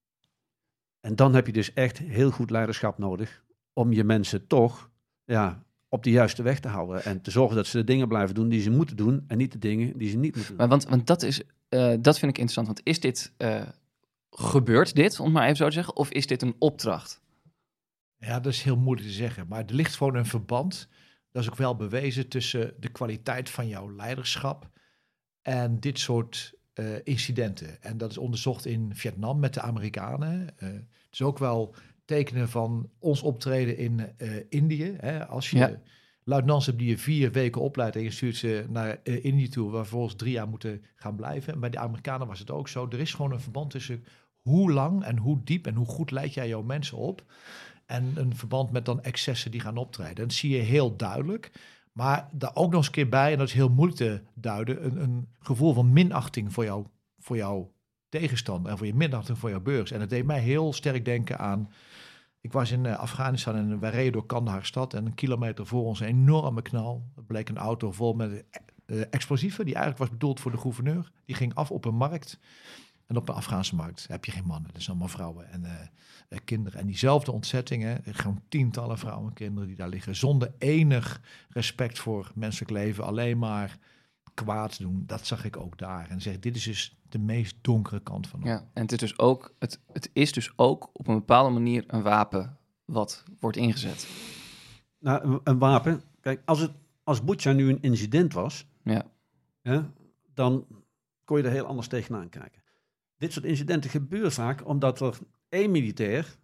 En dan heb je dus echt heel goed leiderschap nodig om je mensen toch ja, op de juiste weg te houden. En te zorgen dat ze de dingen blijven doen die ze moeten doen en niet de dingen die ze niet moeten doen. Maar want, want dat, is, uh, dat vind ik interessant. Want is dit, uh, gebeurt dit, om het maar even zo te zeggen, of is dit een opdracht? Ja, dat is heel moeilijk te zeggen. Maar er ligt gewoon een verband, dat is ook wel bewezen, tussen de kwaliteit van jouw leiderschap en dit soort uh, incidenten. En dat is onderzocht in Vietnam met de Amerikanen. Uh, het is ook wel tekenen van ons optreden in uh, Indië. Hè? Als je ja. luitenants hebt die je vier weken opleidt en je stuurt ze naar uh, Indië toe, waar vervolgens drie jaar moeten gaan blijven. En bij de Amerikanen was het ook zo. Er is gewoon een verband tussen hoe lang en hoe diep en hoe goed leid jij jouw mensen op. En een verband met dan excessen die gaan optreden. Dat zie je heel duidelijk. Maar daar ook nog eens een keer bij, en dat is heel moeilijk te duiden, een, een gevoel van minachting voor, jou, voor jouw tegenstander en voor je minachting voor jouw burgers. En dat deed mij heel sterk denken aan, ik was in uh, Afghanistan en wij reden door Kandahar stad en een kilometer voor ons een enorme knal. Het bleek een auto vol met uh, explosieven, die eigenlijk was bedoeld voor de gouverneur. Die ging af op een markt. En op een Afghaanse markt heb je geen mannen, dat zijn allemaal vrouwen en uh, uh, kinderen. En diezelfde ontzettingen, gewoon tientallen vrouwen en kinderen die daar liggen, zonder enig respect voor menselijk leven, alleen maar kwaad doen. Dat zag ik ook daar. En zeg, dit is dus de meest donkere kant van ons. Ja, en het is dus ook, het, het is dus ook op een bepaalde manier een wapen wat wordt ingezet. Nou, een, een wapen. Kijk, als het als Bucha nu een incident was, ja. Ja, dan kon je er heel anders tegenaan kijken. Dit soort incidenten gebeuren vaak omdat er één militair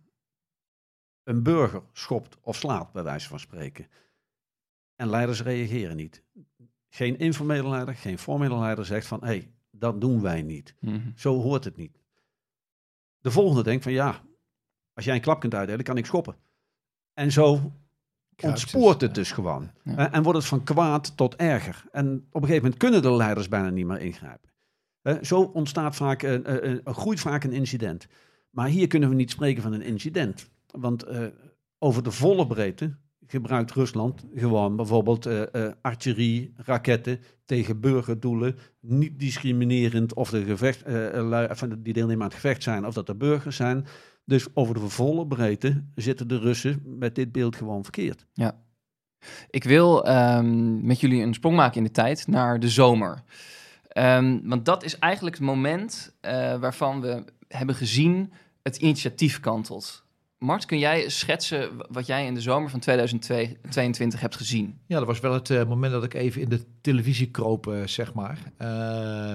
een burger schopt of slaat, bij wijze van spreken. En leiders reageren niet. Geen informele leider, geen formele leider zegt van, hé, hey, dat doen wij niet. Mm-hmm. Zo hoort het niet. De volgende denkt van, ja, als jij een klap kunt uitdelen, kan ik schoppen. En zo ontspoort het dus gewoon. Ja. En wordt het van kwaad tot erger. En op een gegeven moment kunnen de leiders bijna niet meer ingrijpen. Uh, zo ontstaat vaak, uh, uh, uh, groeit vaak een incident. Maar hier kunnen we niet spreken van een incident. Want uh, over de volle breedte gebruikt Rusland gewoon bijvoorbeeld uh, uh, artillerie, raketten tegen burgerdoelen, niet discriminerend of de gevecht, uh, die deelnemen aan het gevecht zijn of dat de burgers zijn. Dus over de volle breedte zitten de Russen met dit beeld gewoon verkeerd. Ja. Ik wil um, met jullie een sprong maken in de tijd naar de zomer. Um, want dat is eigenlijk het moment uh, waarvan we hebben gezien het initiatief kantelt. Mart, kun jij schetsen wat jij in de zomer van tweeduizend tweeëntwintig hebt gezien? Ja, dat was wel het uh, moment dat ik even in de televisie kroop, uh, zeg maar. Uh,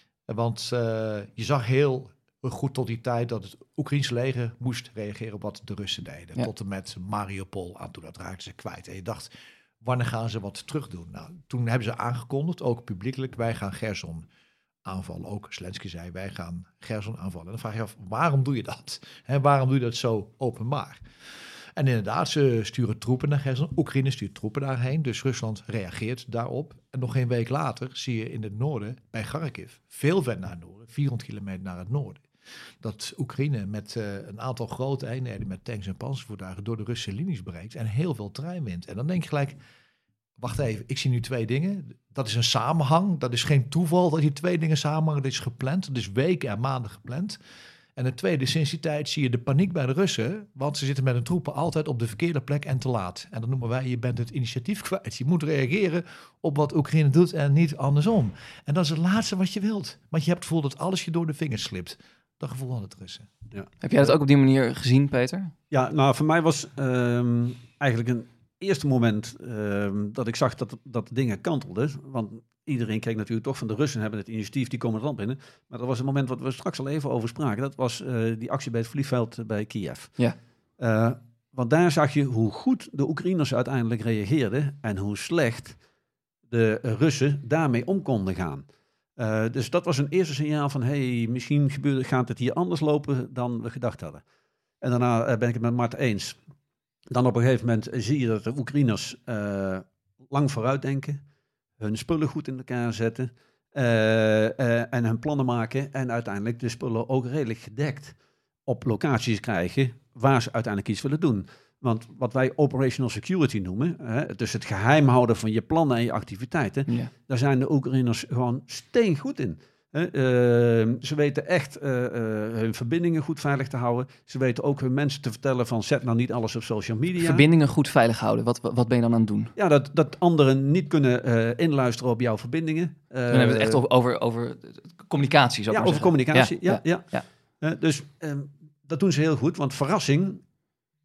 want uh, je zag heel goed tot die tijd dat het Oekraïense leger moest reageren op wat de Russen deden. Ja. Tot en met Mariupol aan toe, dat raakten ze kwijt. En je dacht, wanneer gaan ze wat terug doen? Nou, toen hebben ze aangekondigd, ook publiekelijk, wij gaan Gerson aanvallen. Ook Zelensky zei, wij gaan Gerson aanvallen. En dan vraag je af, waarom doe je dat? He, waarom doe je dat zo openbaar? En inderdaad, ze sturen troepen naar Gerson. Oekraïne stuurt troepen daarheen, dus Rusland reageert daarop. En nog geen week later zie je in het noorden, bij Kharkiv, veel ver naar het noorden, vierhonderd kilometer naar het noorden, dat Oekraïne met uh, een aantal grote eenheden met tanks en panzervoertuigen door de Russische linies breekt en heel veel terrein wint. En dan denk je gelijk, wacht even, ik zie nu twee dingen. Dat is een samenhang, dat is geen toeval dat die twee dingen samenhangen, dat is gepland, dat is weken en maanden gepland. En het tweede, sinds die tijd zie je de paniek bij de Russen, want ze zitten met hun troepen altijd op de verkeerde plek en te laat. En dat noemen wij, je bent het initiatief kwijt. Je moet reageren op wat Oekraïne doet en niet andersom. En dat is het laatste wat je wilt, want je hebt het gevoel dat alles je door de vingers slipt. Dat gevoel had het Russen. Ja. Heb jij dat ook op die manier gezien, Peter? Ja, nou voor mij was um, eigenlijk een eerste moment um, dat ik zag dat, dat dingen kantelden. Want iedereen keek natuurlijk toch van de Russen hebben het initiatief, die komen het land binnen. Maar dat was een moment wat we straks al even over spraken. Dat was uh, die actie bij het vliegveld bij Kiev. Ja. Uh, want daar zag je hoe goed de Oekraïners uiteindelijk reageerden en hoe slecht de Russen daarmee om konden gaan. Uh, dus dat was een eerste signaal van, hey, misschien gebeurt, gaat het hier anders lopen dan we gedacht hadden. En daarna uh, ben ik het met Mart eens. Dan op een gegeven moment zie je dat de Oekraïners uh, lang vooruit denken, hun spullen goed in elkaar zetten uh, uh, en hun plannen maken en uiteindelijk de spullen ook redelijk gedekt op locaties krijgen waar ze uiteindelijk iets willen doen. Want wat wij operational security noemen, hè, dus het geheim houden van je plannen en je activiteiten, ja. Daar zijn de Oekraïners gewoon steengoed in. Hè. Uh, ze weten echt uh, uh, hun verbindingen goed veilig te houden. Ze weten ook hun mensen te vertellen van zet nou niet alles op social media. Verbindingen goed veilig houden, wat, wat ben je dan aan het doen? Ja, dat, dat anderen niet kunnen uh, inluisteren op jouw verbindingen. Uh, dan hebben we het echt over, over, over communicatie, zou ik ja, maar over zeggen. communicatie, ja. ja, ja. ja. Uh, dus um, dat doen ze heel goed, want verrassing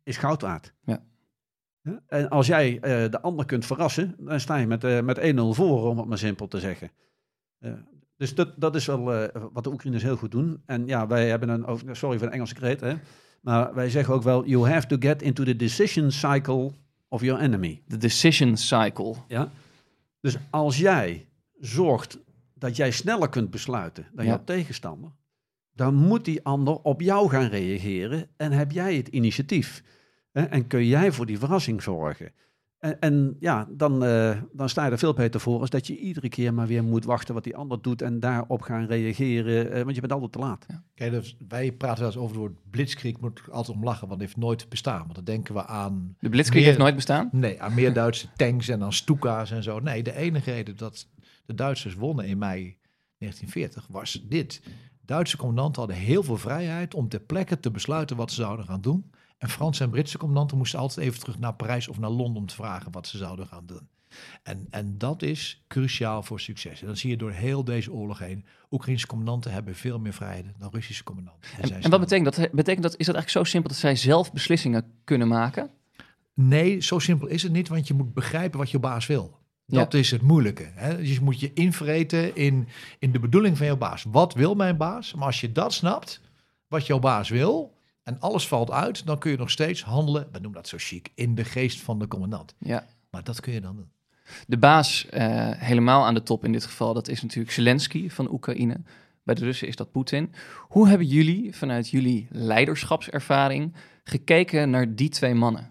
is goud waard. Ja. Ja, en als jij uh, de ander kunt verrassen, dan sta je met, uh, met één nul voor, om het maar simpel te zeggen. Uh, dus dat, dat is wel uh, wat de Oekraïners heel goed doen. En ja, wij hebben een, oh, sorry voor de Engelse kreet, hè, maar wij zeggen ook wel, you have to get into the decision cycle of your enemy. De decision cycle. Ja. Dus als jij zorgt dat jij sneller kunt besluiten dan Ja. jouw tegenstander, dan moet die ander op jou gaan reageren en heb jij het initiatief. Hè? En kun jij voor die verrassing zorgen. En, en ja, dan, uh, dan sta je er veel beter voor als dat je iedere keer maar weer moet wachten wat die ander doet en daarop gaan reageren, uh, want je bent altijd te laat. Ja. Kijk, dus wij praten wel eens over het woord blitzkrieg, moet ik altijd om lachen, want het heeft nooit bestaan. Want dan denken we aan... De blitzkrieg meer- heeft nooit bestaan? Nee, aan meer Duitse tanks en aan Stuka's en zo. Nee, de enige reden dat de Duitsers wonnen in mei negentien veertig was dit. Duitse commandanten hadden heel veel vrijheid om ter plekke te besluiten wat ze zouden gaan doen. En Franse en Britse commandanten moesten altijd even terug naar Parijs of naar Londen om te vragen wat ze zouden gaan doen. En, en dat is cruciaal voor succes. En dat zie je door heel deze oorlog heen. Oekraïnse commandanten hebben veel meer vrijheden dan Russische commandanten. En, zij en staan- wat betekent dat? Betekent dat? Is dat eigenlijk zo simpel dat zij zelf beslissingen kunnen maken? Nee, zo simpel is het niet, want je moet begrijpen wat je baas wil. Ja. Dat is het moeilijke. Hè? Dus je moet je invreten in, in de bedoeling van jouw baas. Wat wil mijn baas? Maar als je dat snapt, wat jouw baas wil, en alles valt uit, dan kun je nog steeds handelen, we noemen dat zo chic, in de geest van de commandant. Ja. Maar dat kun je dan doen. De baas uh, helemaal aan de top in dit geval, dat is natuurlijk Zelensky van Oekraïne. Bij de Russen is dat Poetin. Hoe hebben jullie vanuit jullie leiderschapservaring gekeken naar die twee mannen?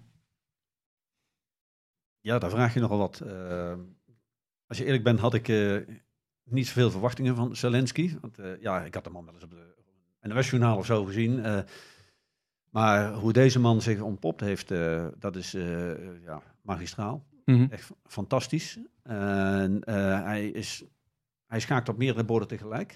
Ja, daar vraag je nogal wat. Uh, als je eerlijk bent, had ik uh, niet zoveel verwachtingen van Zelensky. Want uh, ja, ik had de man wel eens op de N O S-journaal of zo gezien. Uh, maar hoe deze man zich ontpopt heeft, uh, dat is uh, ja, magistraal. Mm-hmm. Echt fantastisch. Uh, uh, hij, is, hij schaakt op meerdere borden tegelijk.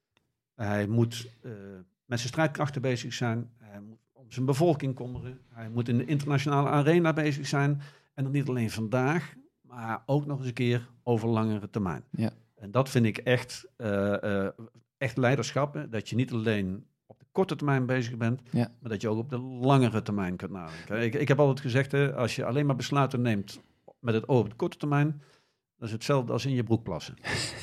Hij moet uh, met zijn strijdkrachten bezig zijn. Hij moet om zijn bevolking kommeren. Hij moet in de internationale arena bezig zijn. En dan niet alleen vandaag, maar ook nog eens een keer over langere termijn. Ja. En dat vind ik echt, uh, uh, echt leiderschap. Hè? Dat je niet alleen op de korte termijn bezig bent, Ja. maar dat je ook op de langere termijn kunt nadenken. Ik, ik heb altijd gezegd, hè, als je alleen maar besluiten neemt met het oog op de korte termijn, dat is hetzelfde als in je broek plassen.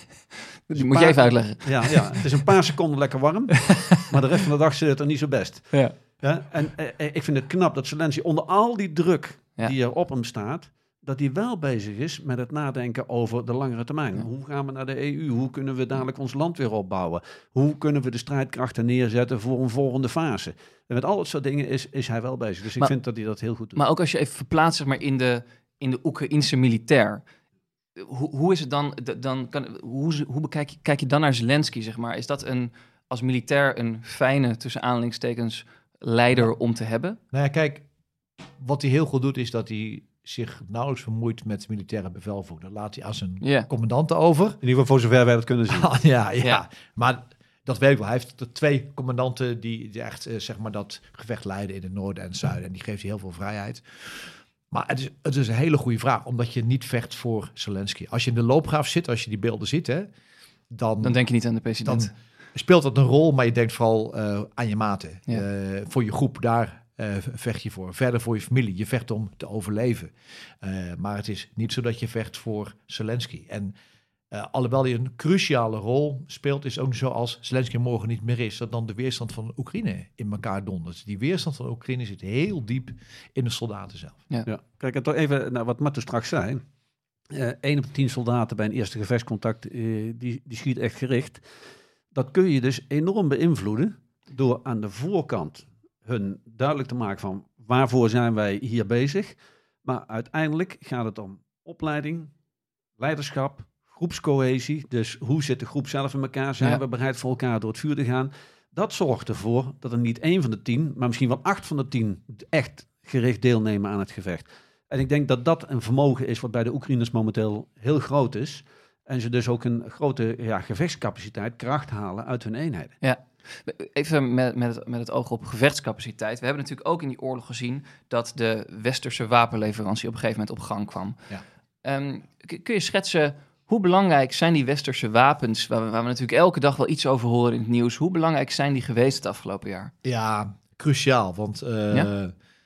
Die een moet je paar- even uitleggen. Ja, ja, het is een paar seconden lekker warm, maar de rest van de dag zit het er niet zo best. Ja. Ja, en eh, ik vind het knap dat Zelensky onder al die druk Ja. die er op hem staat, dat hij wel bezig is met het nadenken over de langere termijn. Ja. Hoe gaan we naar de E U? Hoe kunnen we dadelijk ons land weer opbouwen? Hoe kunnen we de strijdkrachten neerzetten voor een volgende fase? En met al dat soort dingen is, is hij wel bezig. Dus ik Maar- vind dat hij dat heel goed doet. Maar ook als je even verplaatst zeg maar, in de, in de Oekraïnse militair. Hoe, hoe is het dan? d- dan kan, hoe hoe bekijk je, kijk je dan naar Zelensky? Zeg maar? Is dat een, als militair een fijne, tussen aanhalingstekens, leider om te hebben? Nou ja, kijk, wat hij heel goed doet is dat hij zich nauwelijks vermoeit met militaire bevelvoering. Dat laat hij aan zijn Ja. commandanten over. In ieder geval voor zover wij dat kunnen zien. ja, ja, Ja. maar dat weet ik wel. Hij heeft er twee commandanten die, die echt eh, zeg maar dat gevecht leiden in het noorden en het zuiden. En die geeft hij heel veel vrijheid. Maar het is, het is een hele goede vraag, omdat je niet vecht voor Zelensky. Als je in de loopgraaf zit, als je die beelden ziet, hè, dan, Dan denk je niet aan de president. dan speelt dat een rol, maar je denkt vooral uh, aan je maten. Ja. Uh, voor je groep, daar uh, vecht je voor. Verder voor je familie. Je vecht om te overleven. Uh, maar het is niet zo dat je vecht voor Zelensky. En uh, alhoewel hij een cruciale rol speelt, is het ook zo als Zelensky morgen niet meer is, dat dan de weerstand van Oekraïne in elkaar dondert. Die weerstand van Oekraïne zit heel diep in de soldaten zelf. Ja. Kijk, en toch even naar wat Matto straks zei. Uh, één op de tien soldaten bij een eerste gevechtscontact, uh, die, die schiet echt gericht. Dat kun je dus enorm beïnvloeden door aan de voorkant hun duidelijk te maken van waarvoor zijn wij hier bezig. Maar uiteindelijk gaat het om opleiding, leiderschap, groepscohesie. Dus hoe zit de groep zelf in elkaar? Zijn Ja. we bereid voor elkaar door het vuur te gaan? Dat zorgt ervoor dat er niet één van de tien, maar misschien wel acht van de tien echt gericht deelnemen aan het gevecht. En ik denk dat dat een vermogen is wat bij de Oekraïners momenteel heel groot is. En ze dus ook een grote ja, gevechtscapaciteit, kracht halen uit hun eenheden. Ja. Even met, met, het, met het oog op gevechtscapaciteit. We hebben natuurlijk ook in die oorlog gezien dat de westerse wapenleverantie op een gegeven moment op gang kwam. Ja. Um, k- kun je schetsen, hoe belangrijk zijn die westerse wapens, waar we, waar we natuurlijk elke dag wel iets over horen in het nieuws, hoe belangrijk zijn die geweest het afgelopen jaar? Ja, cruciaal, want uh, Ja?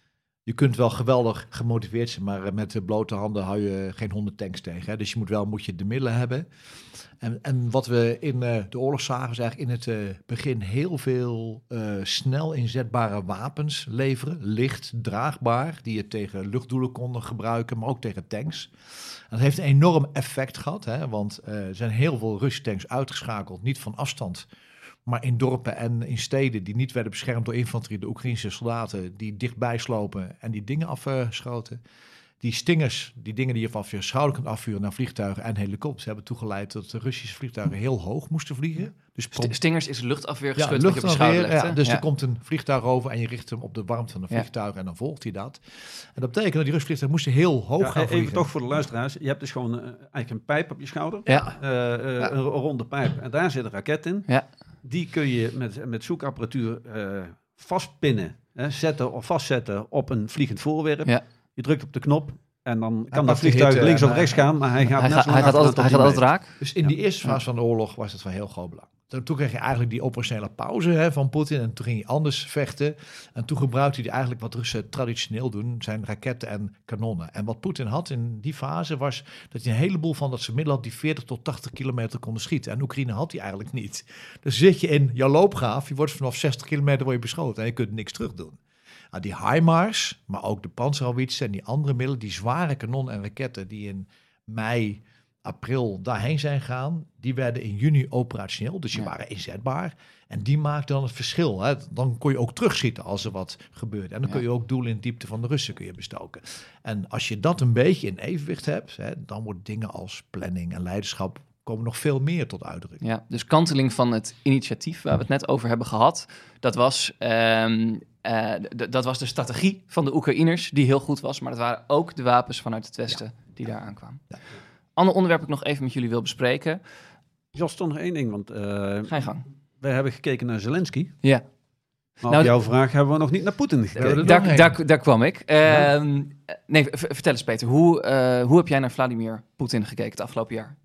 je kunt wel geweldig gemotiveerd zijn, maar met de blote handen hou je geen honderd tanks tegen. Hè? Dus je moet wel moet je de middelen hebben. En, en wat we in uh, de oorlog zagen, is eigenlijk in het uh, begin heel veel uh, snel inzetbare wapens leveren. Licht, draagbaar, die je tegen luchtdoelen konden gebruiken, maar ook tegen tanks. En dat heeft een enorm effect gehad, hè? Want uh, er zijn heel veel Russische tanks uitgeschakeld, niet van afstand, maar in dorpen en in steden die niet werden beschermd door infanterie, de Oekraïnse soldaten die dichtbij slopen en die dingen afschoten. Die stingers, die dingen die je vanaf je schouder kunt afvuren naar vliegtuigen en helikopters, hebben toegeleid dat de Russische vliegtuigen heel hoog moesten vliegen. Dus St- stingers is luchtafweer ja, geschut wat je op je schouder legt, ja, dus ja. er komt een vliegtuig over en je richt hem op de warmte van de vliegtuig ja. en dan volgt hij dat. En dat betekent dat die Russische vliegtuigen moesten heel hoog ja, gaan even vliegen. toch voor de luisteraars. Je hebt dus gewoon uh, eigenlijk een pijp op je schouder. Ja. Uh, uh, ja. Een, een ronde pijp. En daar zit een raket in. Ja. Die kun je met, met zoekapparatuur uh, vastpinnen, hè, zetten of vastzetten op een vliegend voorwerp. Ja. Je drukt op de knop en dan kan pakt dat de vliegtuig hitte links en, of uh, rechts gaan, maar hij gaat Hij, net ga, zo hij lang gaat af altijd, tot hij hij gaat altijd meet. raak. Dus in die eerste fase van de oorlog was het van heel groot belang. Toen kreeg je eigenlijk die operationele pauze hè, van Poetin en toen ging hij anders vechten. En toen gebruikte hij eigenlijk wat Russen traditioneel doen, zijn raketten en kanonnen. En wat Poetin had in die fase was dat hij een heleboel van dat zijn middelen had die veertig tot tachtig kilometer konden schieten. En Oekraïne had hij eigenlijk niet. Dus zit je in jouw loopgraaf, je wordt vanaf zestig kilometer word je beschoten en je kunt niks terug doen. Nou, die HIMARS, maar ook de Panzerhaubitsen en die andere middelen, die zware kanonnen en raketten die in mei, april daarheen zijn gegaan, die werden in juni operationeel, dus die Ja. waren inzetbaar. En die maakten dan het verschil. Hè. Dan kon je ook terugschieten als er wat gebeurde. En dan Ja. kun je ook doelen in diepte van de Russen kun je bestoken. En als je dat een beetje in evenwicht hebt, hè, dan worden dingen als planning en leiderschap komen nog veel meer tot uitdrukking. Ja, dus kanteling van het initiatief waar we het net over hebben gehad, dat was, um, uh, d- dat was de strategie van de Oekraïners, die heel goed was, maar dat waren ook de wapens vanuit het Westen ja. die daar aankwamen. Ja. Ander onderwerp dat ik nog even met jullie wil bespreken. Jos, toch nog één ding, want uh, Ga je gang. wij hebben gekeken naar Zelensky. Ja. Maar Nou, op jouw vraag hebben we nog niet naar Poetin gekeken. er Daar, doorheen. daar, daar kwam ik. Uh, nee, v- vertel eens Peter, hoe, uh, hoe heb jij naar Vladimir Poetin gekeken het afgelopen jaar?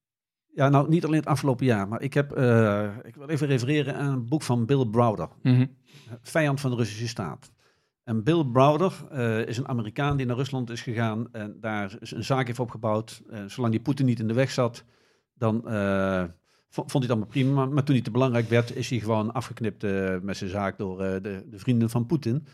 Ja, nou niet alleen het afgelopen jaar, maar ik heb, uh, ik wil even refereren aan een boek van Bill Browder, Mm-hmm. Vijand van de Russische staat. En Bill Browder uh, is een Amerikaan die naar Rusland is gegaan en daar een zaak heeft opgebouwd. Uh, zolang die Poetin niet in de weg zat, dan uh, vond hij het allemaal prima. Maar toen hij te belangrijk werd, is hij gewoon afgeknipt uh, met zijn zaak door uh, de, de vrienden van Poetin.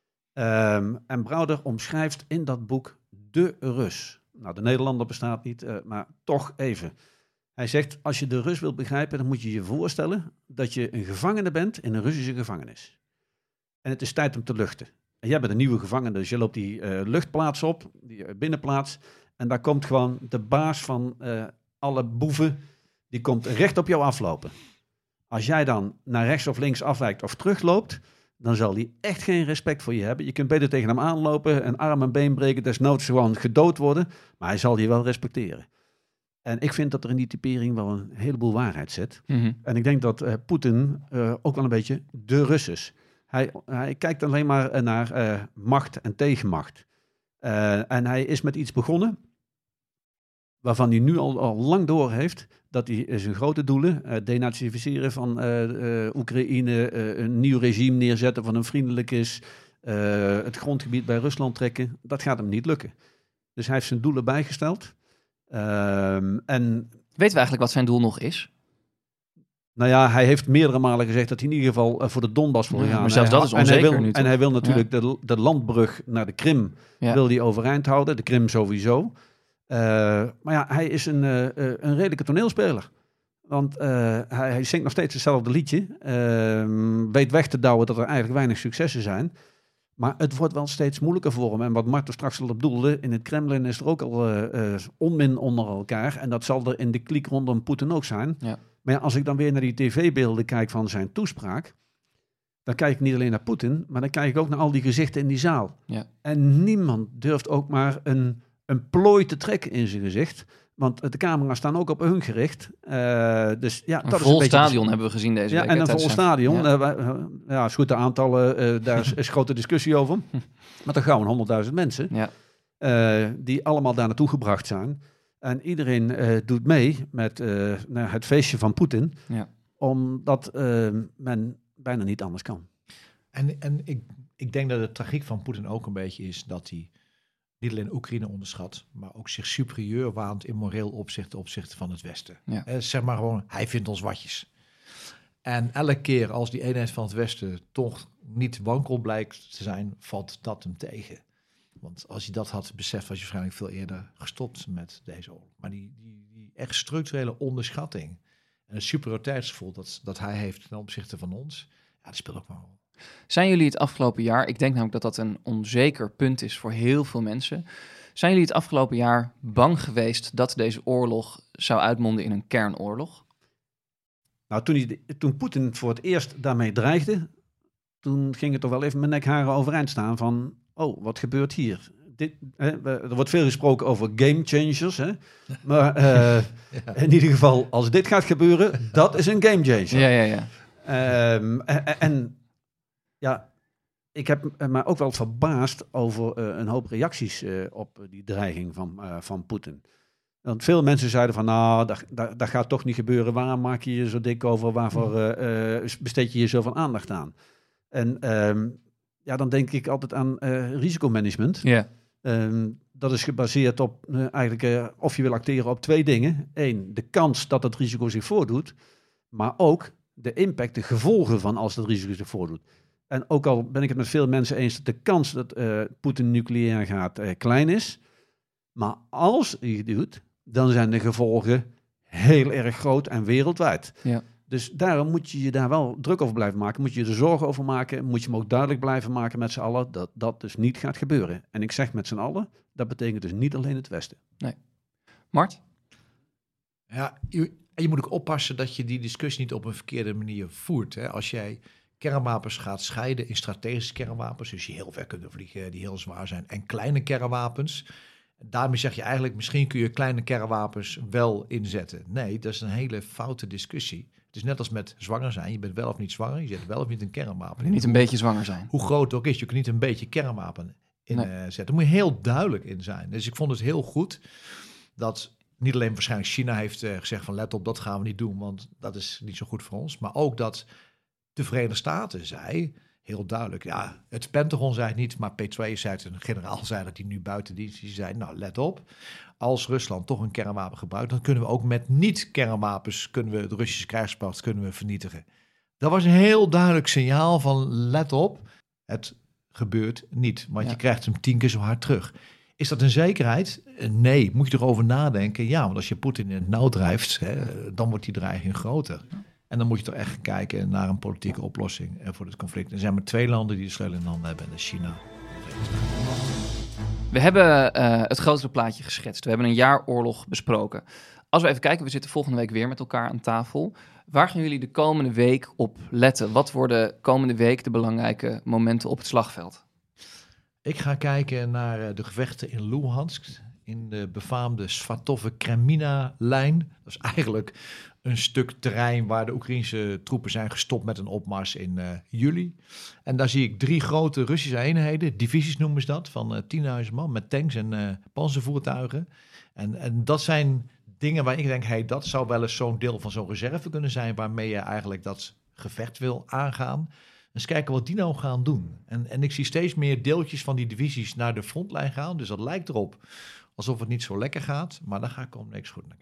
Um, en Browder omschrijft in dat boek de Rus. Nou, de Nederlander bestaat niet, uh, maar toch even. Hij zegt, als je de Rus wilt begrijpen, dan moet je je voorstellen dat je een gevangene bent in een Russische gevangenis. En het is tijd om te luchten. En jij bent een nieuwe gevangene, dus je loopt die uh, luchtplaats op, die uh, binnenplaats. En daar komt gewoon de baas van uh, alle boeven, die komt recht op jou aflopen. Als jij dan naar rechts of links afwijkt of terugloopt, dan zal hij echt geen respect voor je hebben. Je kunt beter tegen hem aanlopen, een arm en been breken, desnoods gewoon gedood worden, maar hij zal je wel respecteren. En ik vind dat er in die typering wel een heleboel waarheid zit. Mm-hmm. En ik denk dat uh, Poetin uh, ook wel een beetje de Rus is. Hij, hij kijkt alleen maar uh, naar uh, macht en tegenmacht. Uh, en hij is met iets begonnen waarvan hij nu al, al lang door heeft dat hij zijn grote doelen, uh, denazificeren van uh, uh, Oekraïne, uh, een nieuw regime neerzetten van een vriendelijk is, uh, het grondgebied bij Rusland trekken, dat gaat hem niet lukken. Dus hij heeft zijn doelen bijgesteld. Um, en Weten we eigenlijk wat zijn doel nog is? Nou ja, hij heeft meerdere malen gezegd dat hij in ieder geval uh, voor de Donbass wil Ja, gaan. maar zelfs dat is en hij onzeker wil, nu, En toch? hij wil natuurlijk de, de landbrug naar de Krim Ja. wil hij overeind houden. De Krim sowieso. Uh, maar ja, hij is een, uh, een redelijke toneelspeler. Want uh, hij, hij zingt nog steeds hetzelfde liedje. Uh, weet weg te douwen dat er eigenlijk weinig successen zijn. Maar het wordt wel steeds moeilijker voor hem. En wat Marten straks al op doelde, in het Kremlin is er ook al uh, uh, onmin onder elkaar. En dat zal er in de kliek rondom Poetin ook zijn. Ja. Maar ja, als ik dan weer naar die tv-beelden kijk van zijn toespraak, dan kijk ik niet alleen naar Poetin, maar dan kijk ik ook naar al die gezichten in die zaal. Ja. En niemand durft ook maar een, een plooi te trekken in zijn gezicht. Want de camera's staan ook op hun gericht. Uh, dus ja, Een dat vol is een stadion beetje... hebben we gezien deze Ja, week. en hè, een vol tijdens zijn- stadion. Ja. Uh, wij- uh, ja, is goed, de aantallen, uh, daar is, is grote discussie over. Maar toch gauw een honderdduizend mensen. Ja. Uh, die allemaal daar naartoe gebracht zijn. En iedereen uh, doet mee met uh, nou, het feestje van Poetin. Ja. Omdat uh, men bijna niet anders kan. En, en ik, ik denk dat de tragiek van Poetin ook een beetje is dat hij niet alleen Oekraïne onderschat, maar ook zich superieur waant in moreel opzicht ten opzichte van het Westen. Ja. Eh, zeg maar gewoon, hij vindt ons watjes. En elke keer als die eenheid van het Westen toch niet wankel blijkt te zijn, valt dat hem tegen. Want als hij dat had beseft, was je waarschijnlijk veel eerder gestopt met deze oorlog. Maar die, die, die echt structurele onderschatting en het superioriteitsgevoel dat, dat hij heeft ten opzichte van ons, ja, dat speelt ook wel een rol. Zijn jullie het afgelopen jaar, ik denk namelijk dat dat een onzeker punt is voor heel veel mensen, zijn jullie het afgelopen jaar bang geweest dat deze oorlog zou uitmonden in een kernoorlog? Nou, toen, hij, toen Poetin voor het eerst daarmee dreigde, toen ging het toch wel even mijn nekharen overeind staan van, oh, wat gebeurt hier? Dit, hè, er wordt veel gesproken over game changers, hè? Maar uh, ja. in ieder geval, als dit gaat gebeuren, dat is een game changer. Ja, ja, ja. Um, en, en ja, ik heb me ook wel verbaasd over uh, een hoop reacties uh, op die dreiging van, uh, van Poetin. Want veel mensen zeiden van, nou, dat, dat, dat gaat toch niet gebeuren. Waarom maak je je zo dik over? Waarvoor uh, uh, besteed je hier zoveel aandacht aan? En um, ja, dan denk ik altijd aan uh, risicomanagement. Yeah. Um, dat is gebaseerd op uh, eigenlijk uh, of je wil acteren op twee dingen. Eén, de kans dat het risico zich voordoet. Maar ook de impact, de gevolgen van als dat risico zich voordoet. En ook al ben ik het met veel mensen eens dat de kans dat uh, Poetin nucleair gaat uh, klein is. Maar als hij het doet, dan zijn de gevolgen heel erg groot en wereldwijd. Ja. Dus daarom moet je je daar wel druk over blijven maken. Moet je je er zorgen over maken. Moet je hem ook duidelijk blijven maken met z'n allen dat dat dus niet gaat gebeuren. En ik zeg met z'n allen, dat betekent dus niet alleen het Westen. Nee. Mart? Ja, je, je moet ook oppassen dat je die discussie niet op een verkeerde manier voert. Hè. Als jij kernwapens gaat scheiden in strategische kernwapens, dus die heel ver kunnen vliegen, die heel zwaar zijn, en kleine kernwapens. Daarmee zeg je eigenlijk, misschien kun je kleine kernwapens wel inzetten. Nee, dat is een hele foute discussie. Het is net als met zwanger zijn. Je bent wel of niet zwanger, je zet wel of niet een kernwapen in. Niet een beetje zwanger zijn. Hoe groot het ook is, je kunt niet een beetje kernwapen inzetten. Nee. Uh, Daar moet je heel duidelijk in zijn. Dus ik vond het heel goed dat niet alleen waarschijnlijk China heeft uh, gezegd van let op, dat gaan we niet doen, want dat is niet zo goed voor ons. Maar ook dat de Verenigde Staten zei, heel duidelijk, ja, het Pentagon zei het niet, maar Petraeus zei het, een generaal zei dat, die nu buiten dienst, die zei, nou, let op, als Rusland toch een kernwapen gebruikt, dan kunnen we ook met niet-kernwapens, kunnen we het Russische krijgsmacht kunnen we vernietigen. Dat was een heel duidelijk signaal van, let op, het gebeurt niet, want ja. je krijgt hem tien keer zo hard terug. Is dat een zekerheid? Nee, moet je erover nadenken? Ja, want als je Poetin in het nauw drijft, hè, dan wordt die dreiging groter. En dan moet je toch echt kijken naar een politieke oplossing voor het conflict. Er zijn maar twee landen die de sleutel in handen hebben. Dat is China en de Verenigde Staten. We hebben uh, het grotere plaatje geschetst. We hebben een jaar oorlog besproken. Als we even kijken, we zitten volgende week weer met elkaar aan tafel. Waar gaan jullie de komende week op letten? Wat worden komende week de belangrijke momenten op het slagveld? Ik ga kijken naar de gevechten in Luhansk, in de befaamde Svatove-Kremina-lijn. Dat is eigenlijk een stuk terrein waar de Oekraïnse troepen zijn gestopt met een opmars in uh, juli. En daar zie ik drie grote Russische eenheden, divisies noemen ze dat, van uh, tienduizend man met tanks en uh, panzervoertuigen. En, en dat zijn dingen waar ik denk, hey, dat zou wel eens zo'n deel van zo'n reserve kunnen zijn waarmee je eigenlijk dat gevecht wil aangaan. Eens kijken wat die nou gaan doen. En, en ik zie steeds meer deeltjes van die divisies naar de frontlijn gaan. Dus dat lijkt erop alsof het niet zo lekker gaat. Maar daar ga ik komende week goed naar kijken.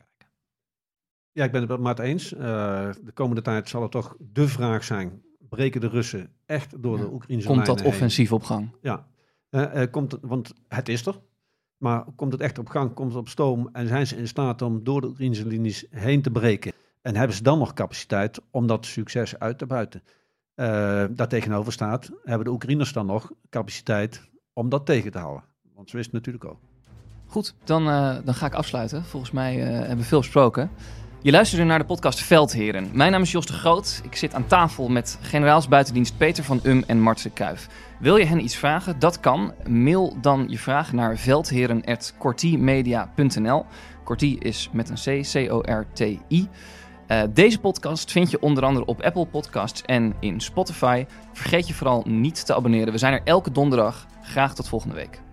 Ja, ik ben het met Mart eens. Uh, de komende tijd zal het toch de vraag zijn. Breken de Russen echt door ja. de Oekraïnse Komt lijnen dat offensief heen? op gang? Ja, uh, uh, komt het, want het is er. Maar komt het echt op gang? Komt het op stoom? En zijn ze in staat om door de Oekraïnse linies heen te breken? En hebben ze dan nog capaciteit om dat succes uit te buiten? Uh, daar tegenover staat, hebben de Oekraïners dan nog capaciteit om dat tegen te houden? Want zo is het natuurlijk ook. Goed, dan, uh, dan ga ik afsluiten. Volgens mij uh, hebben we veel besproken. Je luisterde naar de podcast Veldheren. Mijn naam is Jos de Groot. Ik zit aan tafel met generaals buitendienst Peter van Um en Martse Kuijf. Wil je hen iets vragen? Dat kan. Mail dan je vraag naar veldheren at cortiemedia punt n l. Cortie is met een C, C O R T I. Uh, deze podcast vind je onder andere op Apple Podcasts en in Spotify. Vergeet je vooral niet te abonneren. We zijn er elke donderdag. Graag tot volgende week.